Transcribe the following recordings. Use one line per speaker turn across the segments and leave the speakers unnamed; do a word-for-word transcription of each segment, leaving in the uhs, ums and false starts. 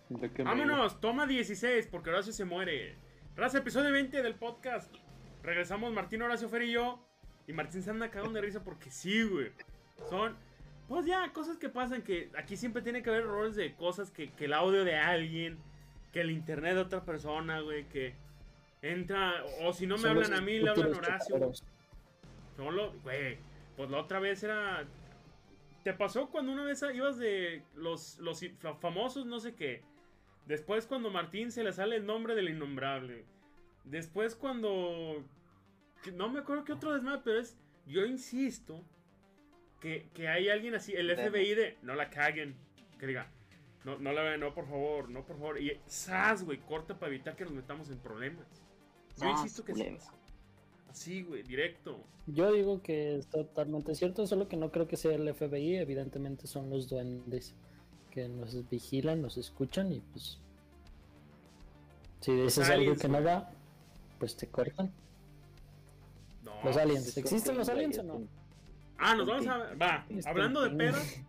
¿De qué me
Vámonos, toma dieciséis, porque Horacio se muere. Raza, episodio veinte del podcast. Regresamos Martín, Horacio, Fer y yo. Y Martín se anda cagando de risa porque sí, güey. Son, pues ya, cosas que pasan. Que aquí siempre tiene que haber errores de cosas. Que, que el audio de alguien, que el internet de otra persona, güey. Que entra, o si no me
Son los
hablan a mí, le hablan a
útiles
Horacio.
chocarreros.
Solo, güey. Pues la otra vez era. ¿Te pasó cuando una vez ibas de los, los famosos, no sé qué? Después cuando Martín se le sale el nombre del innombrable. Después cuando... No me acuerdo qué otro desmadre, pero es... Yo insisto que, que hay alguien así, el F B I de... No la caguen. Que diga... No, no la vean, no, por favor, no, por favor. Y ¡zas, güey! Corta para evitar que nos metamos en problemas. Yo insisto que sí. Así, güey, directo.
Yo digo que es totalmente cierto, solo que no creo que sea el F B I, evidentemente son los duendes que nos vigilan, nos escuchan y pues si dices
Los
algo
aliens,
que no
güey.
va, pues te cortan.
No.
Los aliens, ¿existen los aliens o no?
Ah, nos vamos a... Va, hablando de pedas...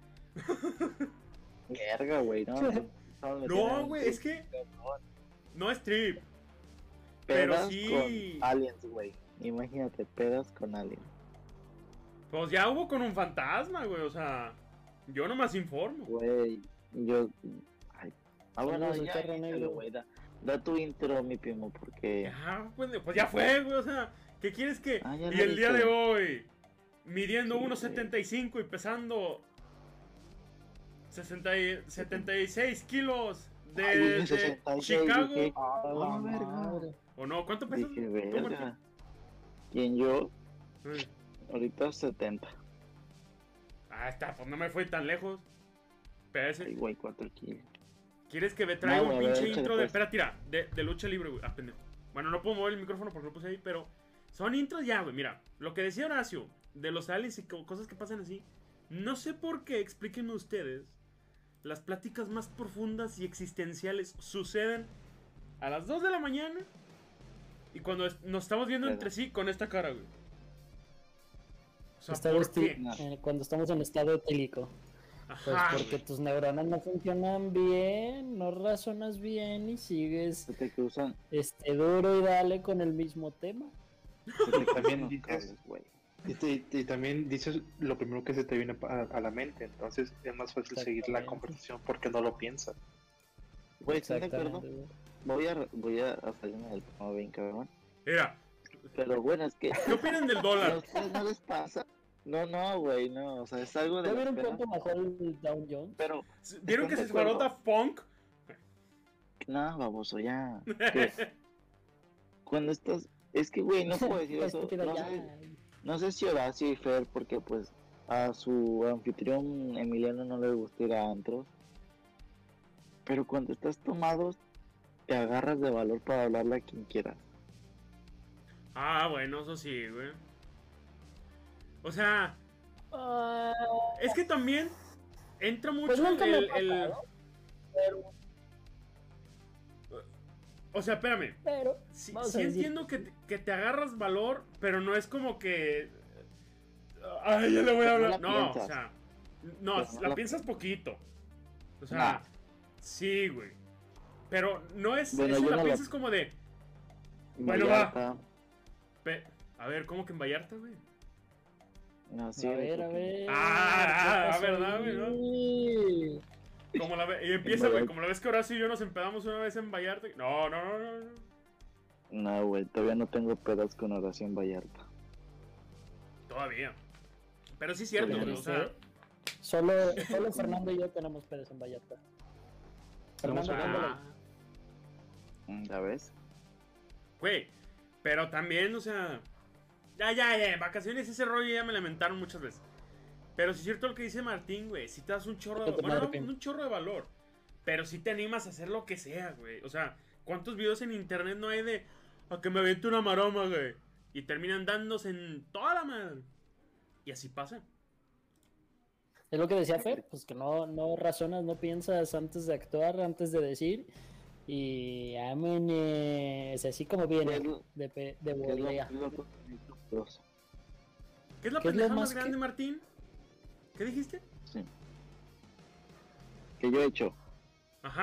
Verga, güey, no. No,
No, güey, es que... No es trip. Pero
Pedas
sí...
con aliens, güey. Imagínate, pedas con aliens.
Pues ya hubo con un fantasma, güey, o sea... Yo nomás informo.
Güey, yo... Ay. Ah, bueno,
Saludos al
ya,
perro
échale,
negro.
güey, da, da tu intro, mi primo, porque...
Ya, pues, pues ya fue, güey, o sea... ¿Qué quieres que...?
Ah, ya
y
lo
el día
dije.
de hoy... Midiendo
Sí,
uno setenta y cinco y pesando... sesenta y- setenta y seis kilos de,
Ay, dije
de
sesenta y seis,
Chicago.
dije,
Ah,
"Ah,
la
verga".
madre.
¿O no? ¿Cuánto pesas?
Dije,
tú, Martín?
verga. ¿Quién yo?
Eh.
Ahorita setenta.
Ah, está, pues no me fui tan lejos. Pero ese-
Ay, güey, cuatro kilos.
¿Quieres que me traiga
No,
un
güey, a ver,
pinche
échale,
intro de...
pues.
Espera, tira, de, de lucha libre, güey. Ah, pendejo. Bueno, no puedo mover el micrófono porque lo puse ahí, pero... Son intros ya, güey. Mira, lo que decía Horacio, de los aliens y co- cosas que pasan así. No sé por qué, explíquenme ustedes. Las pláticas más profundas y existenciales suceden a las dos de la mañana. Y cuando es- nos estamos viendo
Pero-
entre sí con esta cara, güey. O sea,
Está
¿por
vesti-
qué?
eh, cuando estamos en estado etílico. Pues
Ajá,
porque
güey.
tus neuronas no funcionan bien, no razonas bien y sigues
Se te cruzan.
este duro y dale con el mismo tema.
Se te
También
cruzan los
dices-
cables, güey.
Y, te- y también dices lo primero que se te viene a, a la mente, entonces es más fácil seguir la
Exactamente.
conversación porque no lo piensas.
Güey, ¿estás de acuerdo?
Exactamente, güey.
Voy a, voy a, a salirme del tema bien, cabrón.
Mira,
Pero bueno, es que...
¿qué opinan del
¿A
dólar?
ustedes no les pasa? No, no, güey, no. O sea, es algo de
¿Ya
la
vieron
peda,
cuánto bajó el Dow Jones?
pero...
¿Vieron que se
¿Estás de acuerdo?
disparó Daft Punk?
No, baboso, ya. Que cuando estás... Es que, güey, no puedo decir eso.
Estúpido,
No
ya.
sé, no sé si Horacio y Fer, porque pues a su anfitrión Emiliano no le gusta ir a antros. Pero cuando estás tomado, te agarras de valor para hablarle a quien quieras.
Ah, bueno, eso sí, güey. O sea,
Ah,
es que también entra mucho
pues nunca me ha
el, el-
pasado, pero,
O sea, espérame.
pero
Sí,
vamos
sí
a decir-
entiendo que te, que te agarras valor, pero no es como que... Ay, ya le voy a
Pero no
hablar.
la
No, o
piensas.
sea... No,
Pero no
la
la-
piensas poquito. O sea,
Nah.
sí, güey. Pero no es...
Bueno,
eso
yo
la
no la-
piensas como de... Bueno,
Vallarta,
pe- A ver, ¿cómo que en Vallarta, güey?
No, sí,
a ver,
porque-
a ver.
Ah,
¿qué
ah,
pasó
¿verdad, güey, no?
ahí?
Como la ve- y empieza, güey, como la vez que Horacio y yo nos empedamos una vez en Vallarta. No, no, no, no, no.
No, güey, todavía no tengo pedas con oración Vallarta.
Todavía. Pero sí es cierto,
Pero
güey, o
no
sea...
sé. Solo, solo Fernando y yo tenemos pedos en Vallarta. Fernando,
Tenemos
dándole.
Ah,
Mm, ¿Ya ves?
güey, pero también, o sea... Ya, ya, ya, en vacaciones ese rollo ya me lamentaron muchas veces. Pero sí es cierto lo que dice Martín, güey. Si te das un chorro de...
Puta
Bueno,
madre,
no,
Pim.
un chorro de valor. Pero si te animas a hacer lo que sea, güey. O sea, ¿cuántos videos en internet no hay de... A que me aviente una maroma, güey? Y terminan dándose en toda la madre. Y así pasa.
Es lo que decía Fer, pues que no, no razonas, no piensas antes de actuar, antes de decir. Y es así como
¿Qué es
viene,
lo-
de, pe- de
¿Qué es lo-
volea.
qué es lo peligroso?
¿Qué es la
¿Qué es lo
pendejada más
más
grande,
que-
Martín? ¿Qué dijiste?
Sí. Que yo he hecho.
Ajá.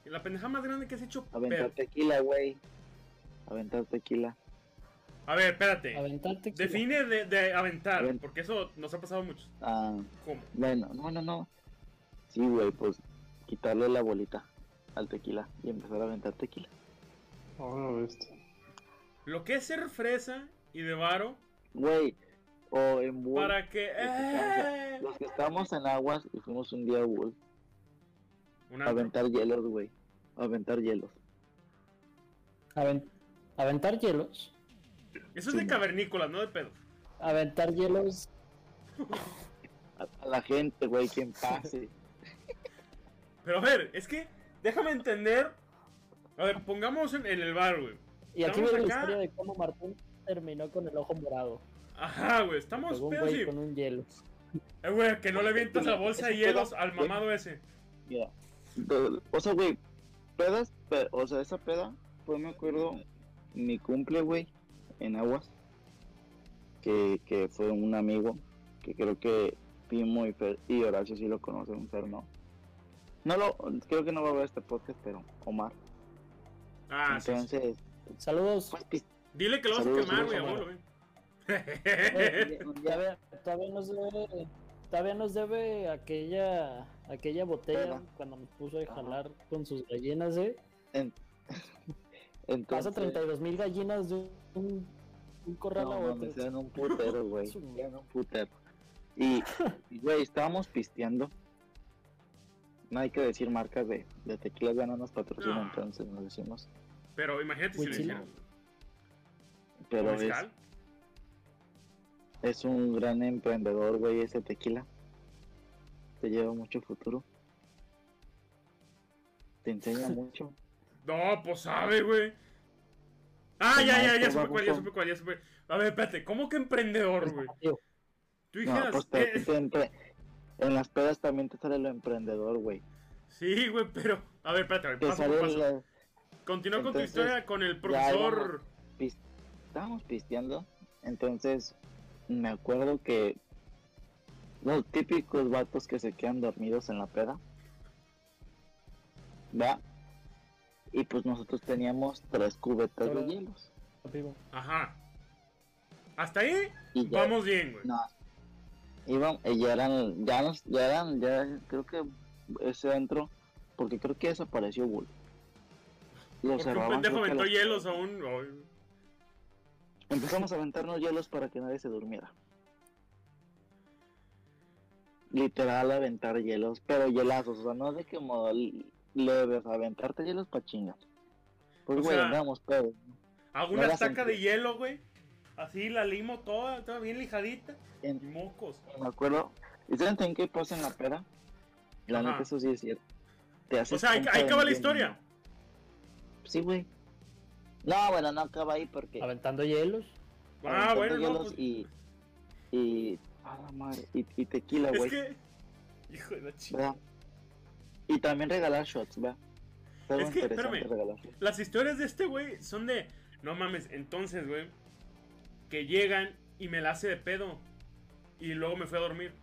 La pendeja más grande que has hecho.
Aventar
Pero,
tequila, güey. Aventar tequila.
a ver, espérate.
Aventarte.
Define de, de aventar,
Avent-
porque eso nos ha pasado mucho.
Ah,
¿Cómo?
bueno, no, no, no. Sí, güey, pues quitarle la bolita al tequila y empezar a aventar tequila.
Oh, no, bestia.
Lo que es ser fresa y de varo,
Güey, o en Bull.
para que.
Los que estamos-
¡Eh!
Los que estábamos en aguas y fuimos un día a Bull.
Un
A
antro.
aventar hielos, güey. A aventar hielos.
Aven- aventar hielos.
Eso es de cavernícolas, no de pedos.
Aventar hielos.
A, a la gente, güey, quien pase.
Pero a ver, es que. Déjame entender. A ver, pongamos en, en el bar, güey.
Y aquí
Estamos
viene la
acá.
historia de cómo Martín terminó con el ojo morado.
Ajá, güey, estamos
Pegó un
pedos
güey
y.
con un hielo.
Eh, güey, que no le avientas la bolsa de
Ese pedo,
hielos al
güey.
mamado ese.
Mira. do- O sea, güey, pedas, pe- o sea, esa peda fue, me acuerdo, mi cumple, güey, en aguas. Que, que fue un amigo, que creo que Pimo y, Fer- y Horacio sí lo conocen, Fer no. No lo, creo que no va a ver este podcast, pero Omar.
Ah, sí, sí.
Entonces,
Saludos.
pues, pis-
Dile que lo vas a
Saludos,
quemar, güey,
saludos,
abuelo, güey.
Eh, todavía, todavía nos debe, todavía nos debe aquella, aquella botella
Peda.
cuando nos puso a
Ajá.
jalar con sus gallinas, eh.
en-
Pasa
entonces,
treinta y dos mil gallinas de un, un corral
no,
a
mames,
otro.
eran un putero, güey.
Su
Eran un putero. Y, y, güey, estábamos pisteando. No hay que decir marcas de, de tequilas, ya no nos patrocinan,
No.
entonces nos decimos.
Pero imagínate si lo
Huichil.
hicieran.
Pero
¿O
es,
mezcal?
es un gran emprendedor, güey, ese tequila. Te lleva mucho futuro. Te enseña mucho.
No, pues sabe, güey. Ah,
El
ya, ya, ya
maestro
supe cuál, ya
baboso.
supe cuál, ya supe. A ver, espérate, ¿cómo que emprendedor, güey?
Tío,
Tú
No,
dijeras.
pues te-
eh,
te empre- en las pedas también te sale lo emprendedor, güey.
Sí, güey, pero. A ver, espérate, a ver,
Te
paso por
sale
paso.
la-
Continúa con tu
entonces,
historia con el
ya
profesor.
éramos- pis- estábamos pisteando, entonces me acuerdo que los típicos vatos que se quedan dormidos en la peda, ¿va? Y pues nosotros teníamos tres cubetas de
Ahora-
hielos.
vivo.
Ajá. Hasta ahí,
Y ya,
vamos bien, güey.
no, iban, y ya eran, ya nos, ya eran, ya creo que ese entro, porque creo que desapareció Bull. Lo
Porque un
cerraban,
pendejo
creo que a
aventó
las-
hielos a un. ay,
Empezamos a aventarnos hielos para que nadie se durmiera. Literal aventar hielos, pero hielazos, o sea, no de que modo l- leves, aventarte hielos pa' chingar. Pues
O
güey,
sea,
andamos pedos.
Hago
No
una
la
estaca de
sentí.
hielo, güey. Así la limo toda, toda bien lijadita. Y
En-
mocos.
Me acuerdo, ¿y saben en qué pasa en la peda? La
Ajá.
neta, eso sí es cierto. Te haces
O sea, ahí,
compa
ahí
de
acaba la
medio
historia.
mundo. Sí, güey. No, bueno, no acaba ahí porque...
Aventando hielos.
Ah,
aventando
bueno, no.
hielos
Pues,
y... Y... A la madre, y, y tequila,
es
güey.
que. Hijo de la chingada.
¿verdad? Y también regalar shots, ¿verdad? Es algo
Es que,
interesante
espérame.
regalar shots.
Las historias de este güey son de. No mames, entonces, güey. Que llegan y me la hace de pedo. Y luego me fui a dormir.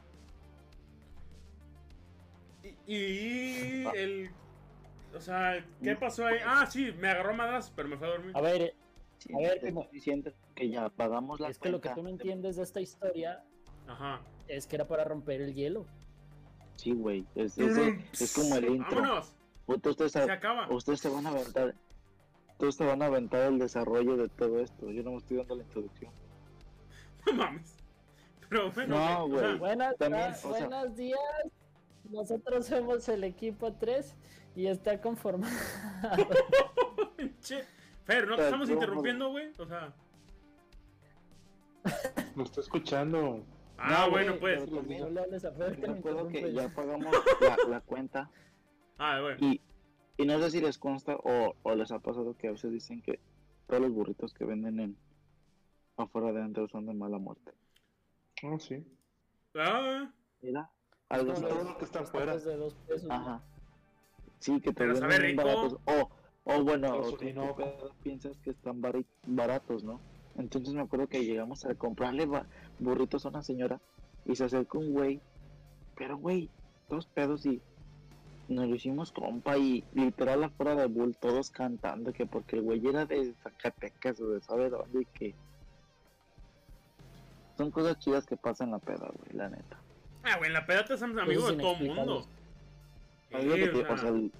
Y, y el. O sea, ¿qué pasó ahí? Ah, sí, me agarró madras, pero me fue a dormir.
A ver,
Sí,
A ver,
te
Pimo.
estoy diciendo que ya pagamos la
es que lo que
cuenta.
tú no entiendes de esta historia
Ajá.
es que era para romper el hielo.
Sí, güey. Es, es, es como el intro.
Vámonos.
Puta, ustedes,
Se acaba.
ustedes se van a aventar. Ustedes se van a aventar el desarrollo de todo esto. Yo no me estoy dando la introducción.
No mames. Pero bueno,
No,
güey, o sea,
güey.
Buenas,
También,
ah,
o sea-
buenos días. Nosotros somos el equipo tres y está conformado.
Che, Fer, no te
Pero,
estamos
no,
interrumpiendo, güey. O sea.
Me está escuchando.
Ah,
No,
bueno,
güey,
pues.
pero también-
No le hables a Fer, que
Me
me
acuerdo que
interrumpe.
ya pagamos la, la cuenta.
Ah, bueno.
Y, y no sé si les consta o, o les ha pasado que a veces dicen que todos los burritos que venden en afuera de adentro son de mala muerte.
Oh, sí.
Ah,
Mira, algo
Como
así.
todo lo que está afuera.
Tacos de dos pesos.
Ajá. Sí, que te
Pero
venden
sabe
bien
rico.
baratos. O, o bueno,
Los
o tú
Orinoco.
pedo piensas que están bari- baratos, ¿no? Entonces me acuerdo que llegamos a comprarle ba- burritos a una señora y se acerca un güey, pero güey, dos pedos y nos lo hicimos compa y literal afuera de Bull todos cantando que porque el güey era de Zacatecas o de sabe dónde y que son cosas chidas que pasan en la peda, güey, la neta.
Ah, güey, en la peda te hacemos amigos de todo el mundo.
Algo
Sí,
que te-
o sea,
o sea, el-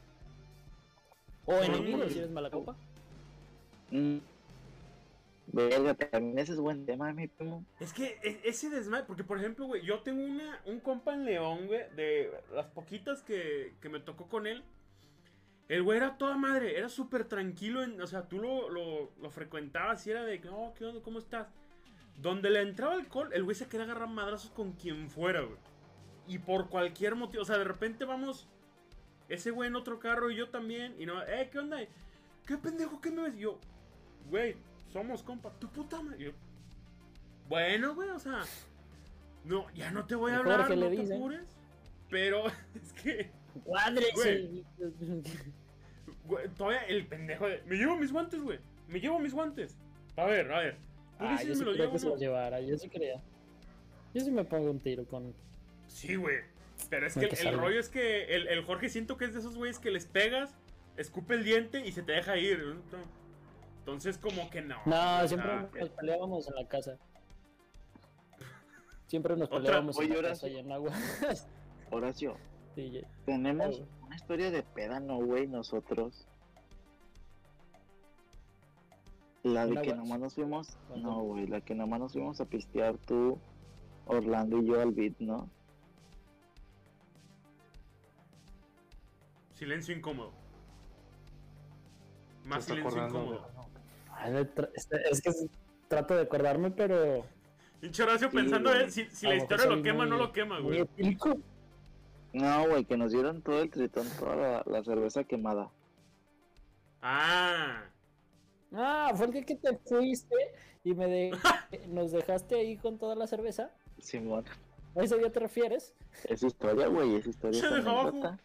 O
Son
enemigos
muy-
si eres mala copa.
mm, verga, también ese es buen tema, mi primo.
es que e- ese desmadre, porque por ejemplo, güey, yo tengo una, un compa en León, güey, de las poquitas que, que me tocó con él. El güey era toda madre, era súper tranquilo, en- o sea, tú lo, lo, lo frecuentabas y era de, no, ¿qué onda? ¿Cómo estás? Donde le entraba alcohol, el güey se quería agarrar madrazos con quien fuera, güey. Y por cualquier motivo, o sea, de repente vamos, ese güey en otro carro y yo también, y no, eh, ¿qué onda? ¿Qué pendejo, qué me ves? Y yo, güey, somos compa, tu puta madre. Y yo, bueno, güey, o sea, no, ya no te voy a
Y
hablar,
Jorge
no
le
te
dice.
apures. Pero es que,
¡Cuádrese!
güey, todavía el pendejo de, me llevo mis guantes, güey, me llevo mis guantes. A ver, a ver, tú
Ah,
dices
yo sí
me lo
creo
llevo,
que se
¿no?
lo llevara, yo sí creía. Yo sí me pongo un tiro con...
Sí, güey. Pero es
No
que
te
el, el
salga.
rollo es que el, el Jorge siento que es de esos güeyes que les pegas, escupe el diente y se te deja ir. Entonces como que no.
No,
o
siempre
sea,
nos peleábamos en la casa. Siempre nos
Otra-
peleábamos
oye,
en la
ahora
casa
sí.
y en agua.
Horacio,
Sí, ya-
tenemos
Oh.
una historia de peda, ¿no, güey? Nosotros. La de
¿En
que
aguas?
nomás nos fuimos,
¿Cuál?
no, güey, la que nomás nos fuimos a pistear tú, Orlando y yo al beat, ¿no?
Silencio incómodo. Más
Se está
silencio
acordando,
incómodo.
Ay, me tra- este- es que s- trato de acordarme, pero...
Pinche Horacio
Sí,
pensando
güey.
en si, si
a
la
lo mejor
historia lo
soy
quema o no
muy-
lo quema,
muy
güey.
etílico.
No, güey, que nos dieron todo el tritón, toda la, la cerveza quemada.
Ah.
Ah, fue el día que te fuiste y me de... nos dejaste ahí con toda la cerveza.
Simón,
¿A ese día te refieres?
es historia, güey, es historia.
Se
es
dejó abajo.
anécdota.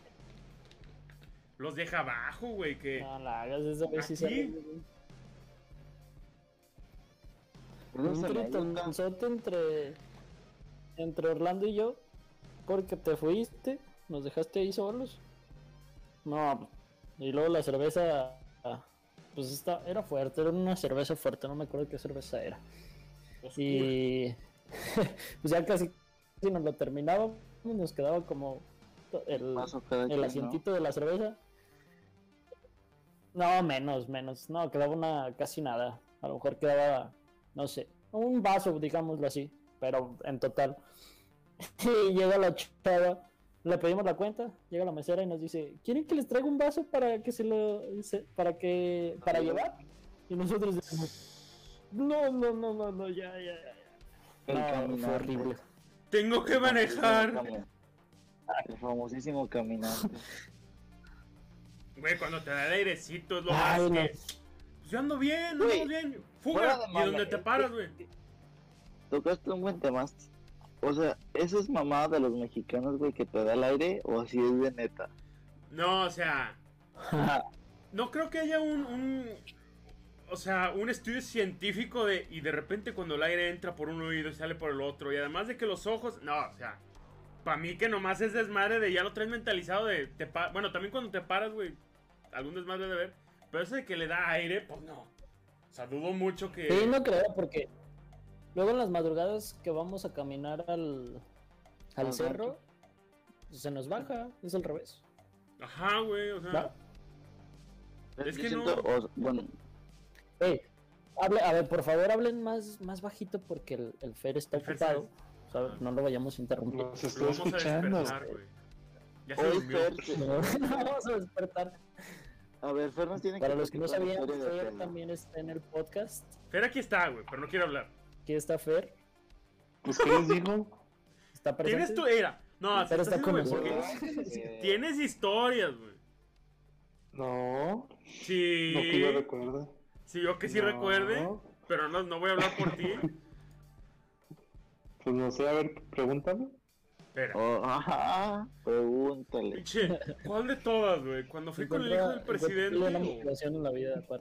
Los deja abajo, güey, que...
No la hagas, esa vez sí
¿Aquí?
sale.
Esa
Un
es anécdota.
tritonzote entre... entre Orlando y yo. Porque te fuiste, nos dejaste ahí solos. No, y luego la cerveza... ah, pues esta, era fuerte, era una cerveza fuerte, no me acuerdo qué cerveza era.
Oscura.
Y pues ya casi, casi nos lo terminábamos, nos quedaba como el,
Paso cada
el
quien, ¿no?
asientito de la cerveza. No, menos, menos, no, quedaba una casi nada. A lo mejor quedaba, no sé, un vaso, digámoslo así, pero en total. Y llega la chava, le pedimos la cuenta, llega la mesera y nos dice, ¿quieren que les traiga un vaso para que se lo, se- para que, para llevar? Y nosotros decimos, no, no, no, no, no, ya, ya, ya.
El
No, fue
caminante.
horrible.
Tengo que
El
manejar.
famosísimo cami- El famosísimo caminante.
Güey, cuando te da el airecito es lo
Ay,
más
no.
que... Pues yo ando bien,
Güey,
ando bien.
fuera
Fuga.
de
¿Y
mame,
dónde te
es
paras,
que-
güey?
Tocaste un buen tema. O sea, ¿eso es mamada de los mexicanos, güey, que te da el aire? ¿O así es de neta?
No, o sea... No creo que haya un, un... O sea, un estudio científico de... Y de repente cuando el aire entra por un oído y sale por el otro. Y además de que los ojos... No, o sea... Para mí que nomás es desmadre de... Ya lo traes mentalizado de... Te pa- bueno, también cuando te paras, güey. Algún desmadre de ver. Pero eso de que le da aire, pues no. O sea, dudo mucho que...
Sí, no creo, porque luego en las madrugadas que vamos a caminar al, al
Al
cerro, se nos baja, es al revés.
Ajá, güey, o sea...
¿Va?
Es
Yo
que no-
siento- o- bueno,
Ey, hable, a ver, por favor, hablen más, más bajito porque el, el Fer está
El Fer
ocupado.
se-
¿sabes? No lo vayamos a interrumpir.
Los
Lo
estoy
vamos a
escuchando.
despertar, güey. Ya se
hoy
durmió.
Fer, se-
No, no vamos a despertar.
a ver, Fer nos tiene
Para
que
los que no
platicar la
sabían,
historia de
Fer
peda.
también está en el podcast.
Fer aquí está, güey, pero no quiero hablar.
Aquí está Fer.
Pues, ¿qué les digo?
Está presente.
Tienes tu era. No, se
Pero
está
está con
haciendo, güey,
nosotros.
porque
Eh,
tienes historias, güey.
No,
Sí.
no que yo recuerde.
Sí, yo que sí
No.
recuerde, pero no, no voy a hablar por ti.
Pues no sé, a ver, pregúntame.
Espera.
oh, ajá, pregúntale.
Pinche, ¿cuál de todas, güey? Cuando fui con el hijo del
Encuentra-
presidente.
encuentra una
o-
motivación en la vida para...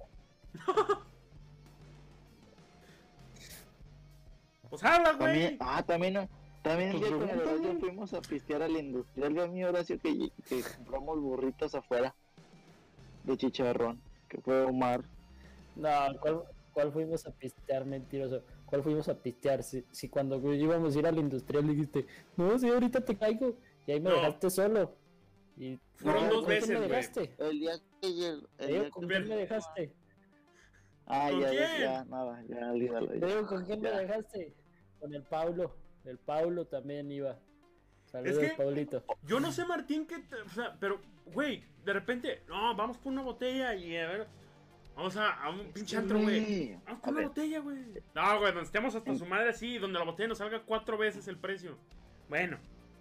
Pues habla,
También,
güey.
ah, también, También el
Pues
día con el
pregúntale.
Horacio fuimos a pistear al industrial de mi Horacio que, que compramos burritos afuera de chicharrón, que fue Omar.
No, ¿cuál, cuál fuimos a pistear, mentiroso? ¿Cuál fuimos a pistear? Si, si cuando íbamos a ir al industrial dijiste, no, sí, ahorita te caigo. Y ahí me
No.
dejaste solo. Y
Fueron
no,
dos
¿con quién
veces,
me
güey.
dejaste?
El día que llegó. El
Digo,
día
¿con
que...
quién me dejaste?
Ah,
¿Con
ya, ya,
quién?
ya, nada, ya, olvídalo. ya.
Digo, ¿con quién me
Ya.
dejaste? Con el Paulo. El Paulo también iba. Saludos,
Es que-
Paulito.
Yo no sé, Martín, que. te- O sea, pero, güey, de repente, no, vamos por una botella y a ver. Vamos a, a un pinche antro, güey. Vamos
A
por una
ver,
botella, güey. No, güey, donde estemos hasta
En-
su madre así, donde la botella nos salga cuatro veces el precio. Bueno.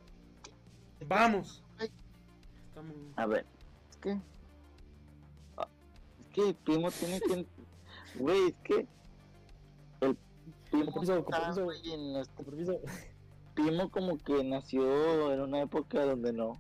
Vamos.
Ay.
Estamos.
a ver, es que. ah, Es que el primo tiene que. Güey, es que. El primo.
Con permiso, con
está,
permiso.
güey, en nuestro
Con permiso.
primo como que nació en una época donde no.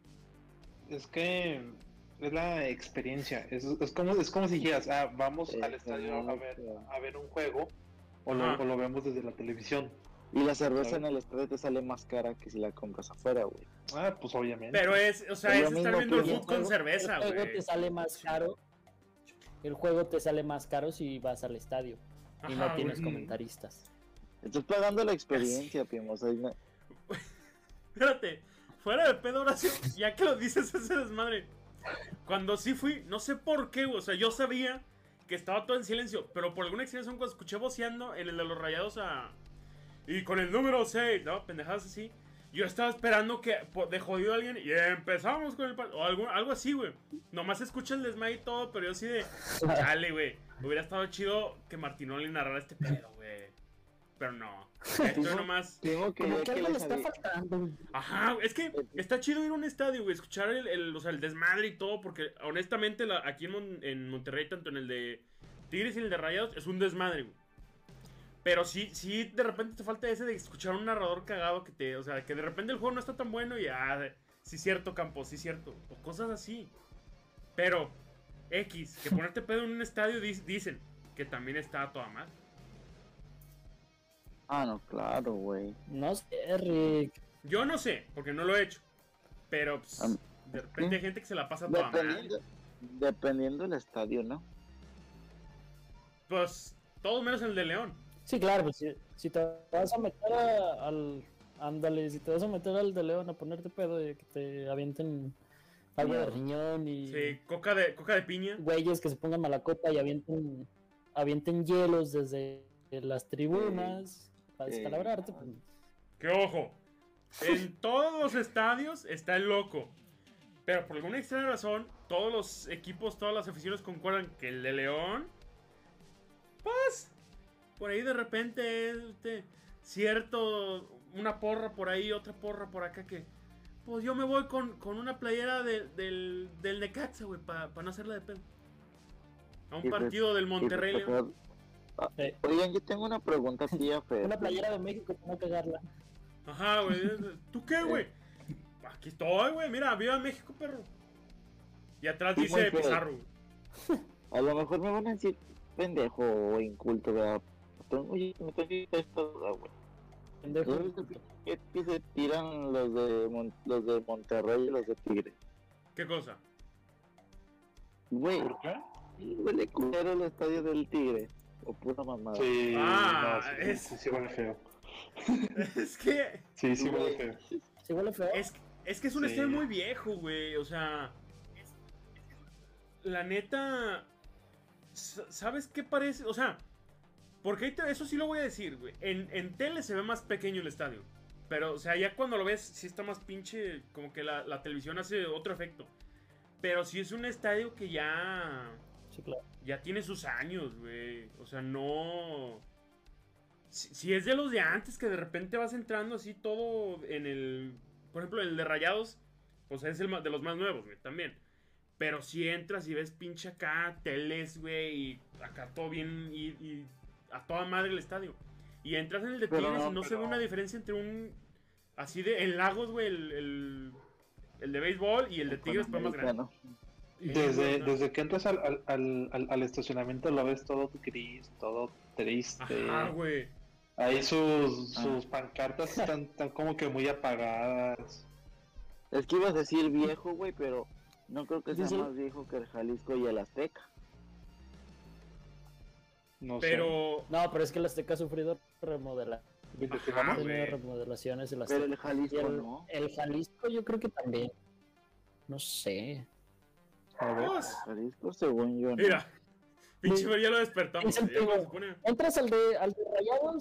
Es que es la experiencia. Es, es como es como si dijeras, ah, vamos al estadio a ver, a ver un juego o lo,
Ajá.
o lo vemos desde la televisión.
Y la cerveza
Claro.
en el estadio te sale más cara que si la compras afuera, güey.
Ah, pues obviamente.
Pero es, o sea,
Es
es
lo
estar
mismo
viendo el
que-
Y
fútbol con
juego-
cerveza,
el juego
güey.
te sale más caro. El juego te sale más caro si vas al estadio y no
Ajá,
tienes
güey.
comentaristas.
Estás pagando la experiencia, primo. O sea, no-
Espérate, fuera de pedo, Horacio, ya que lo dices ese desmadre. Cuando sí fui, no sé por qué, güey, o sea, yo sabía que estaba todo en silencio, pero por alguna extraña razón cuando escuché voceando en el de los Rayados a... Y con el número seis, ¿no? Pendejadas así. Yo estaba esperando que po- de jodido alguien y empezamos con el... par- O algo, algo así, güey. Nomás escucha el desmayo y todo, pero yo así de... Dale, güey. Hubiera estado chido que Martinoli narrara este pedo, güey. Pero no. Esto nomás...
primo que
Como
ya
que
que
algo le
les
está
había-
faltando.
Ajá, es que está chido ir a un estadio, güey, escuchar el, el, o sea, el desmadre y todo, porque honestamente la, aquí en, Mon- en Monterrey, tanto en el de Tigres y en el de Rayados, es un desmadre, güey. Pero sí, sí, de repente te falta ese de escuchar a un narrador cagado que te, o sea, que de repente el juego no está tan bueno y, ah, de- sí cierto, Campos, sí cierto, o cosas así. Pero, X, que ponerte pedo en un estadio, dis- dicen que también está a toda madre.
Ah, no, claro, güey.
No sé, Rick.
Yo no sé, porque no lo he hecho, pero, pues,
Am-
de repente hay gente que se la pasa a toda madre.
Dependiendo, dependiendo del estadio, ¿no?
Pues todos menos el de León.
Sí, claro, pues si, si te vas a meter a- al... Ándale, si te vas a meter al de León a ponerte pedo y que te avienten algo de
Mierda.
riñón y
Sí, coca de, coca de piña.
güeyes que se pongan mala copa y avienten, avienten hielos desde las tribunas para
Sí.
descalabrarte. Pues,
Que ojo, en todos los estadios está el loco. Pero por alguna extraña razón, todos los equipos, todas las aficiones concuerdan que el de León, pues, por ahí de repente, este, cierto, una porra por ahí, otra porra por acá que, pues yo me voy con, con una playera de- del, del Necaxa, güey, para no hacerla de pedo. A un
Y pues-
partido del
Y
Monterrey.
pues,
León.
ah,
eh,
Oigan, yo tengo una pregunta aquí a Fer.
una playera de México para no cagarla.
Ajá, güey. ¿Tú qué, güey? Aquí estoy, güey. Mira, viva México, perro. Y atrás
Sí,
dice
muy feo.
Pizarro, güey.
A lo mejor me van a decir pendejo o inculto, ¿verdad? Tengo- Oye, me tengo que quitar esta duda, güey.
Pendejo.
¿No viste que que se tiran los de, Mon- los de Monterrey y los de Tigre?
¿Qué cosa?
Güey,
¿Por qué?
huele culero el estadio del Tigre. O pura mamada.
Sí,
Ah,
no, sí,
es-
sí, sí huele feo.
Es que.
Sí, sí huele feo.
¿Sí huele feo?
Es, es que es un
Sí.
estadio muy viejo, güey. O sea. La neta. s- ¿Sabes qué parece? O sea. Porque ahí te- eso sí lo voy a decir, güey. En, en tele se ve más pequeño el estadio. Pero, o sea, ya cuando lo ves, sí está más pinche. Como que la, la televisión hace otro efecto. Pero sí es un estadio que ya.
Sí, claro.
Ya tiene sus años, güey. O sea, no. Si, si es de los de antes que de repente vas entrando así todo en el. Por ejemplo, el de Rayados. O sea, es el ma- de los más nuevos, güey, también. Pero si entras y ves pinche acá, teles, güey, y acá todo bien y, y a toda madre el estadio. Y entras en el de
Pero
Tigres
no,
y no se
pero-
ve una diferencia entre un. Así de. En Lagos, güey, el, el, el de béisbol y el de Tigres fue más grande.
Americano.
Desde,
Sí,
desde que entras al, al, al, al- al estacionamiento lo ves todo gris, todo triste.
Ajá, güey.
Ahí sus,
Ah.
sus pancartas están, están como que muy apagadas.
Es que ibas a decir viejo, güey, pero no creo que sea
Sí, sí.
más viejo que el Jalisco y el Azteca.
No sé.
Pero.
No, pero es que el Azteca ha sufrido remodelaciones.
¿Me
Ajá,
investigamos?
Ha tenido
güey.
remodelaciones el
Pero
Azteca.
el Jalisco
Y el,
no.
el Jalisco yo creo que también. No sé.
A ver.
Pues,
Jalisco, según yo, no.
mira. Pinche
Sí.
Fer, ya lo despertamos.
Es el
Ya cuando
primo.
se pone.
Entras al de, al de Rayados.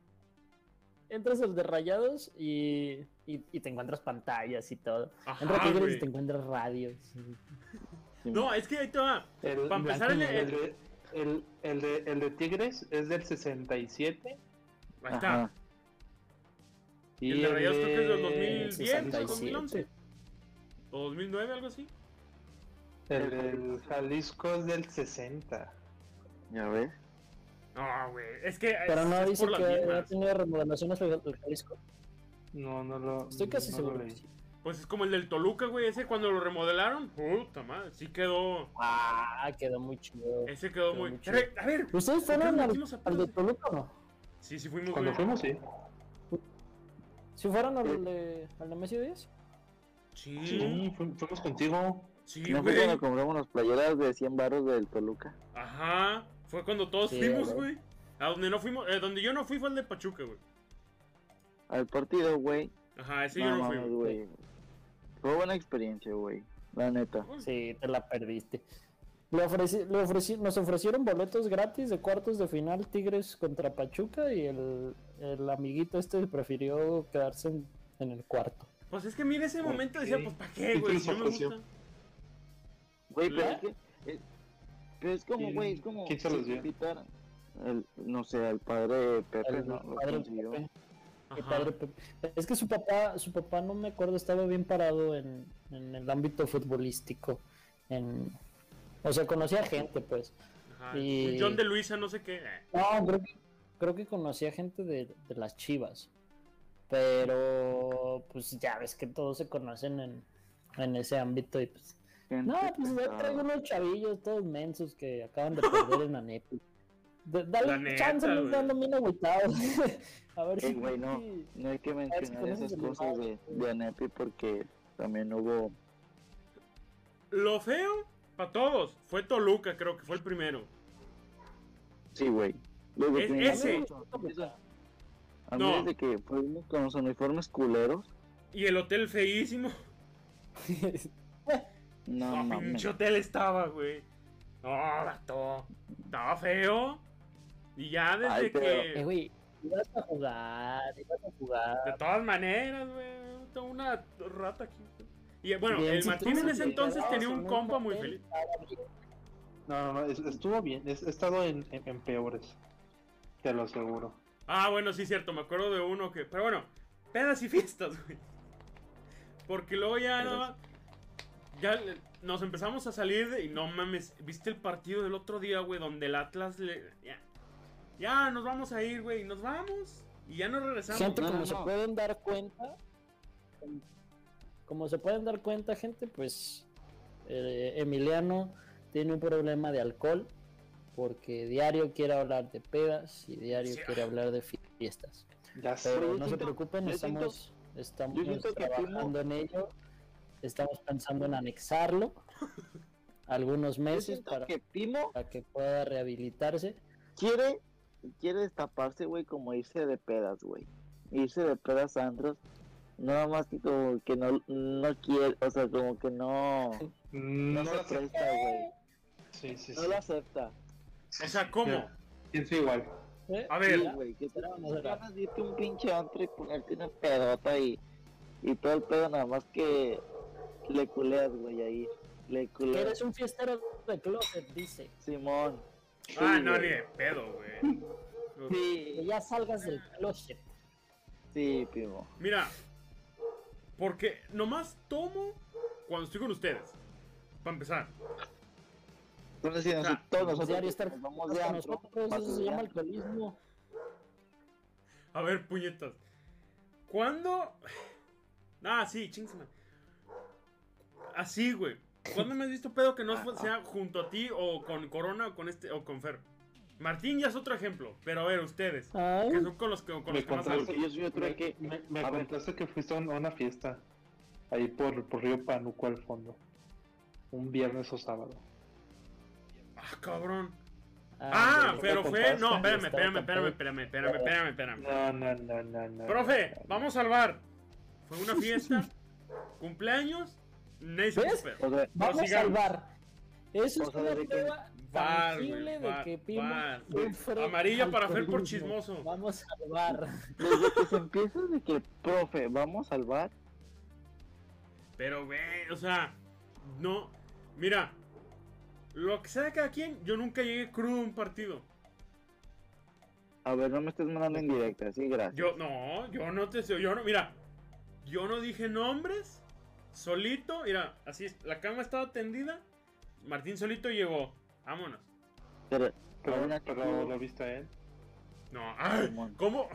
Entras al de Rayados y, y, y te encuentras pantallas y todo. Entras a
Ajá,
Tigres
güey.
y te encuentras radios.
Sí,
No, es que ahí te va.
El,
Para empezar, el,
el,
el-
de, el, el de, el de Tigres es del sesenta y siete.
Ahí está.
Ajá.
Y el de Rayados creo que es del dos mil diez,
sesenta y
dos mil once.
siete.
O dos mil nueve, algo así.
El del Jalisco es del sesenta.
Ya ves.
No, güey. Es que.
Pero
es,
no
es
dice
por las
que ha
mismas.
tenido remodelaciones el, el Jalisco.
No, no lo.
Estoy casi
no
seguro
lo
que
leí.
sí.
Pues es como el del Toluca, güey. Ese cuando lo remodelaron. Puta madre. Sí quedó.
Ah, quedó muy chido.
Ese quedó
Quedó
muy.
muy chido.
Pero, a ver.
¿Ustedes
¿por qué
fueron
nos
al,
metimos a
al de
pedos?
Toluca o no?
Sí, sí fuimos,
Cuando
güey.
fuimos, sí.
¿Sí fueron al de, al de Messi Díaz?
Sí.
Sí, fu- fuimos contigo.
Sí,
¿No fue
güey.
cuando compramos las playeras de cien baros del Toluca?
Ajá. Fue cuando todos
Sí,
fuimos,
¿verdad?
güey. A donde no fuimos. Eh, donde yo no fui fue el de Pachuca, güey.
Al partido, güey.
Ajá, ese
No
yo no fui,
mames,
güey.
güey. Fue buena experiencia, güey. La neta.
Sí, te la perdiste. Le ofreci- le ofreci- nos ofrecieron boletos gratis de cuartos de final Tigres contra Pachuca y el, el amiguito este prefirió quedarse en, en el cuarto.
Pues es que mira ese
¿Por
momento
qué?
decía, pues ¿para qué,
¿Y
güey?
quién
Si
se
no me
ofreció?
gusta.
Güey, pero
¿Eh?
es que... eh, pero es como,
¿Quién-
güey, es como...
quién se
si
los dio?
invitaran el, no sé, al padre Pepe,
El
¿no? Lo
padre
consiguió.
Pepe. Mi
Ajá.
padre Pepe. Es que su papá, su papá no me acuerdo, estaba bien parado en, en el ámbito futbolístico. En, o sea, conocía gente, pues.
Ajá.
Y-
John de Luisa, no sé qué. Eh.
No, creo que, creo que conocía gente de, de las Chivas. Pero, pues ya ves que todos se conocen en, en ese ámbito. Y pues,
Gente
no, pues yo
pesada.
traigo unos chavillos todos mensos que acaban de perder en Anepi. D-
La
Dale
neta,
chance, nos
güey.
dando bien agüitados. A ver
Eh,
si.
güey, no, no hay que mencionar
conoces
esas
el
cosas de, de Anepi porque también hubo...
Lo feo, para todos, fue Toluca, creo que fue el primero.
Sí, güey. Luego
Es-
que-
ese.
A mí
No.
desde que fuimos con los uniformes culeros,
Y el hotel feísimo.
no
No,
mames.
pinche hotel estaba, güey. No, vato. Estaba feo. Y ya desde
Ay, pero-
Eh,
que.
güey, ibas a jugar, ibas a jugar.
De todas maneras, güey. Tengo una rata aquí. Y bueno,
Bien,
el
si
Martín
tú
en
te
ese entonces
quedabas
tenía
en
un compa muy
hotel,
feliz.
estaba bien.
No, no, no, es- estuvo bien. es- He estado en, en, en peores. Te lo aseguro.
Ah, bueno, sí, cierto. Me acuerdo de uno que. Pero bueno, pedas y fiestas, güey. Porque luego ya
Pero-
no. Ya le- nos empezamos a salir de- y no mames. ¿Viste el partido del otro día, güey? Donde el Atlas le. Ya, ya nos vamos a ir, güey. Nos vamos. Y ya no regresamos.
Gente,
No,
como
no,
se
no.
pueden dar cuenta, como- como se pueden dar cuenta, gente, pues eh, Emiliano tiene un problema de alcohol porque diario quiere hablar de pedas y diario
Sí.
quiere hablar de fiestas.
Ya sé.
Pero
yo
no se
siento-
preocupen,
yo
estamos, estamos
yo siento que
trabajando en ello, estamos pensando en anexarlo algunos
Yo
meses
siento
para,
que Pimo
para que pueda rehabilitarse.
quiere, quiere destaparse, güey, como irse de pedas, güey. Irse de pedas a antros. Nada más que como que no, no quiere, o sea, como que no,
No,
no
lo
se
sé.
presta, güey.
Sí, sí,
No
sí.
lo acepta.
O sea, ¿cómo?
Ya. Pienso igual.
¿Eh?
A ver.
Sí, güey, que te
Será o no
dan
será?
ganas de irte a un pinche antro y ponerte una pedota y, y todo el pedo, nada más que le culeas, güey, ahí. Le
Que
culeas.
eres un fiestero de closet, dice.
Simón.
Ah,
Sí,
no,
güey.
ni de pedo, güey.
Que
Sí,
ya salgas del closet.
sí, Pimo.
Mira, porque nomás tomo cuando estoy con ustedes. Para empezar.
Entonces, si
sea,
nosotros, todos nosotros
Diario estar
nos vamos de
con
antro,
nosotros,
para
eso se
tu
llama
antro.
alcoholismo.
A ver, puñetas. ¿Cuándo? Ah, sí, chingsman. Así, güey. ¿Cuándo me has visto pedo que no fue- sea junto a ti o con Corona o con este o con Fer? Martín ya es otro ejemplo, pero a ver, ustedes,
Ay.
que son con los que, con
Me
los que más
contaste,
hablo.
Yo soy otro
me,
que-
me, me
a ver.
contaste que fuiste a un- a una fiesta ahí por, por Río Pánuco al fondo. Un viernes o sábado.
Ah, cabrón. Ah,
de-
pero
¿me
fue.
contaste?
No, espérame,
Estaba
espérame, espérame,
contando.
espérame, espérame, espérame, espérame.
No, no, no, no, no.
Profe,
no, no.
vamos al bar. Fue una fiesta, cumpleaños, nadie se
¿Ves?
puso pedo.
O sea,
Vamos al
sigamos.
bar. Eso
O
es
sea,
una
de que-
prueba
Bar,
tangible
güey,
de
bar,
que Pimo
bar.
sufre
Amarilla para Fer por
alcoholismo.
chismoso.
Vamos al bar.
desde que se empieza de que, profe, vamos al bar.
Pero, ve, o sea, no. Mira, lo que sea de cada quien, yo nunca llegué crudo a un partido.
A ver, no me estés mandando en directa, sí, gracias.
Yo, no, yo no te sé, yo no, mira, yo no dije nombres, solito, mira, así es, la cama estaba tendida, Martín solito llegó, vámonos.
Pero,
Pero,
aún así,
pero lo viste a él.
No, ay,
Simón.
¿cómo?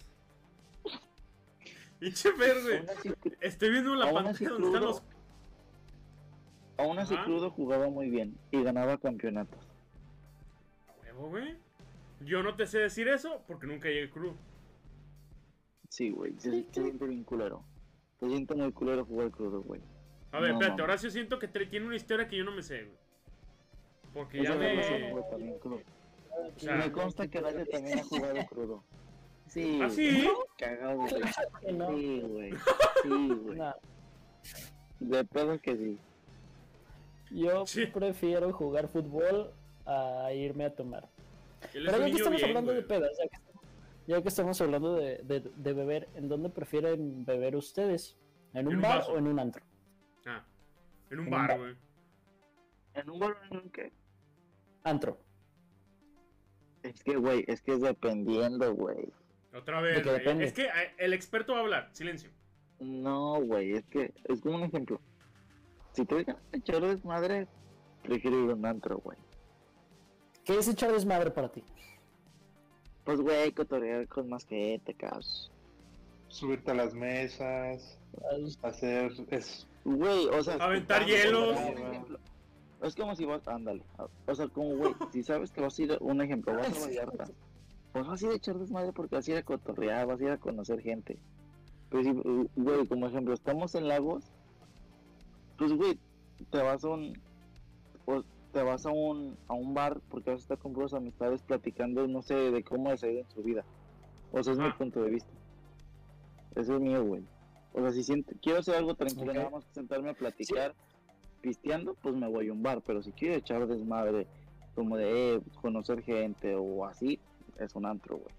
Pinche verde,
aún así, cru-
estoy viendo la
aún así
pantalla donde están
crudo,
los...
aún así
Ajá.
crudo jugaba muy bien y ganaba campeonatos.
Huevo, güey. Yo no te sé decir eso porque nunca llegué crudo.
Sí, güey, se, se siente bien culero. Se siente muy culero jugar crudo, güey.
A ver,
No,
espérate,
mames.
Horacio siento que tra- tiene una historia que yo no me sé, güey. Porque
Esa
ya
es la razón,
me...
güey, también crudo.
O sea,
Me consta que Horacio también ha jugado crudo. Sí.
¿Ah, sí?
Cagado, güey.
Que no.
Sí, güey. Sí, güey.
No,
De pedo que sí.
yo
Sí.
prefiero jugar fútbol a irme a tomar.
él es
Pero
un
ya que
niño
estamos
bien,
hablando de
güey.
pedas, ya que, ya que estamos hablando de, de- de beber, ¿en dónde prefieren beber ustedes? ¿En un,
En un
bar
vaso.
o en un antro?
Ah, en un
En un
bar,
bar.
güey.
¿En un bar en un qué?
Antro.
Es que, güey, es que es dependiendo, güey.
Otra vez,
De que
güey.
depende.
Es que eh, el experto va a hablar. Silencio.
No, güey, es que es como un ejemplo. Si te dejan echar desmadre, prefiero ir a un antro, güey.
¿Qué es echar desmadre para ti?
Pues, güey, cotorrear con más gente, cabrón.
Subirte a las mesas, hacer es
Güey, o sea...
Aventar
escuchando,
hielos.
por ejemplo. Es como si vas, ándale. O sea, como, güey, si sabes que vas a ir, a- un ejemplo, vas a Vallarta, pues vas a ir a echar desmadre porque vas a ir a cotorrear, vas a ir a conocer gente. Pues, sí, güey, como ejemplo, estamos en Lagos, pues, güey, te vas a un, o te vas a un, a un bar porque vas a estar con puras amistades platicando, no sé, de cómo les ha ido en su vida. O sea, es mi
Ajá.
punto de vista. Eso es mío, güey. O sea, si siento, quiero hacer algo tranquilo,
Ok.
nada más que sentarme a platicar, pisteando, pues me voy a un bar. Pero si quiero echar desmadre, como de eh, conocer gente o así, es un antro, güey.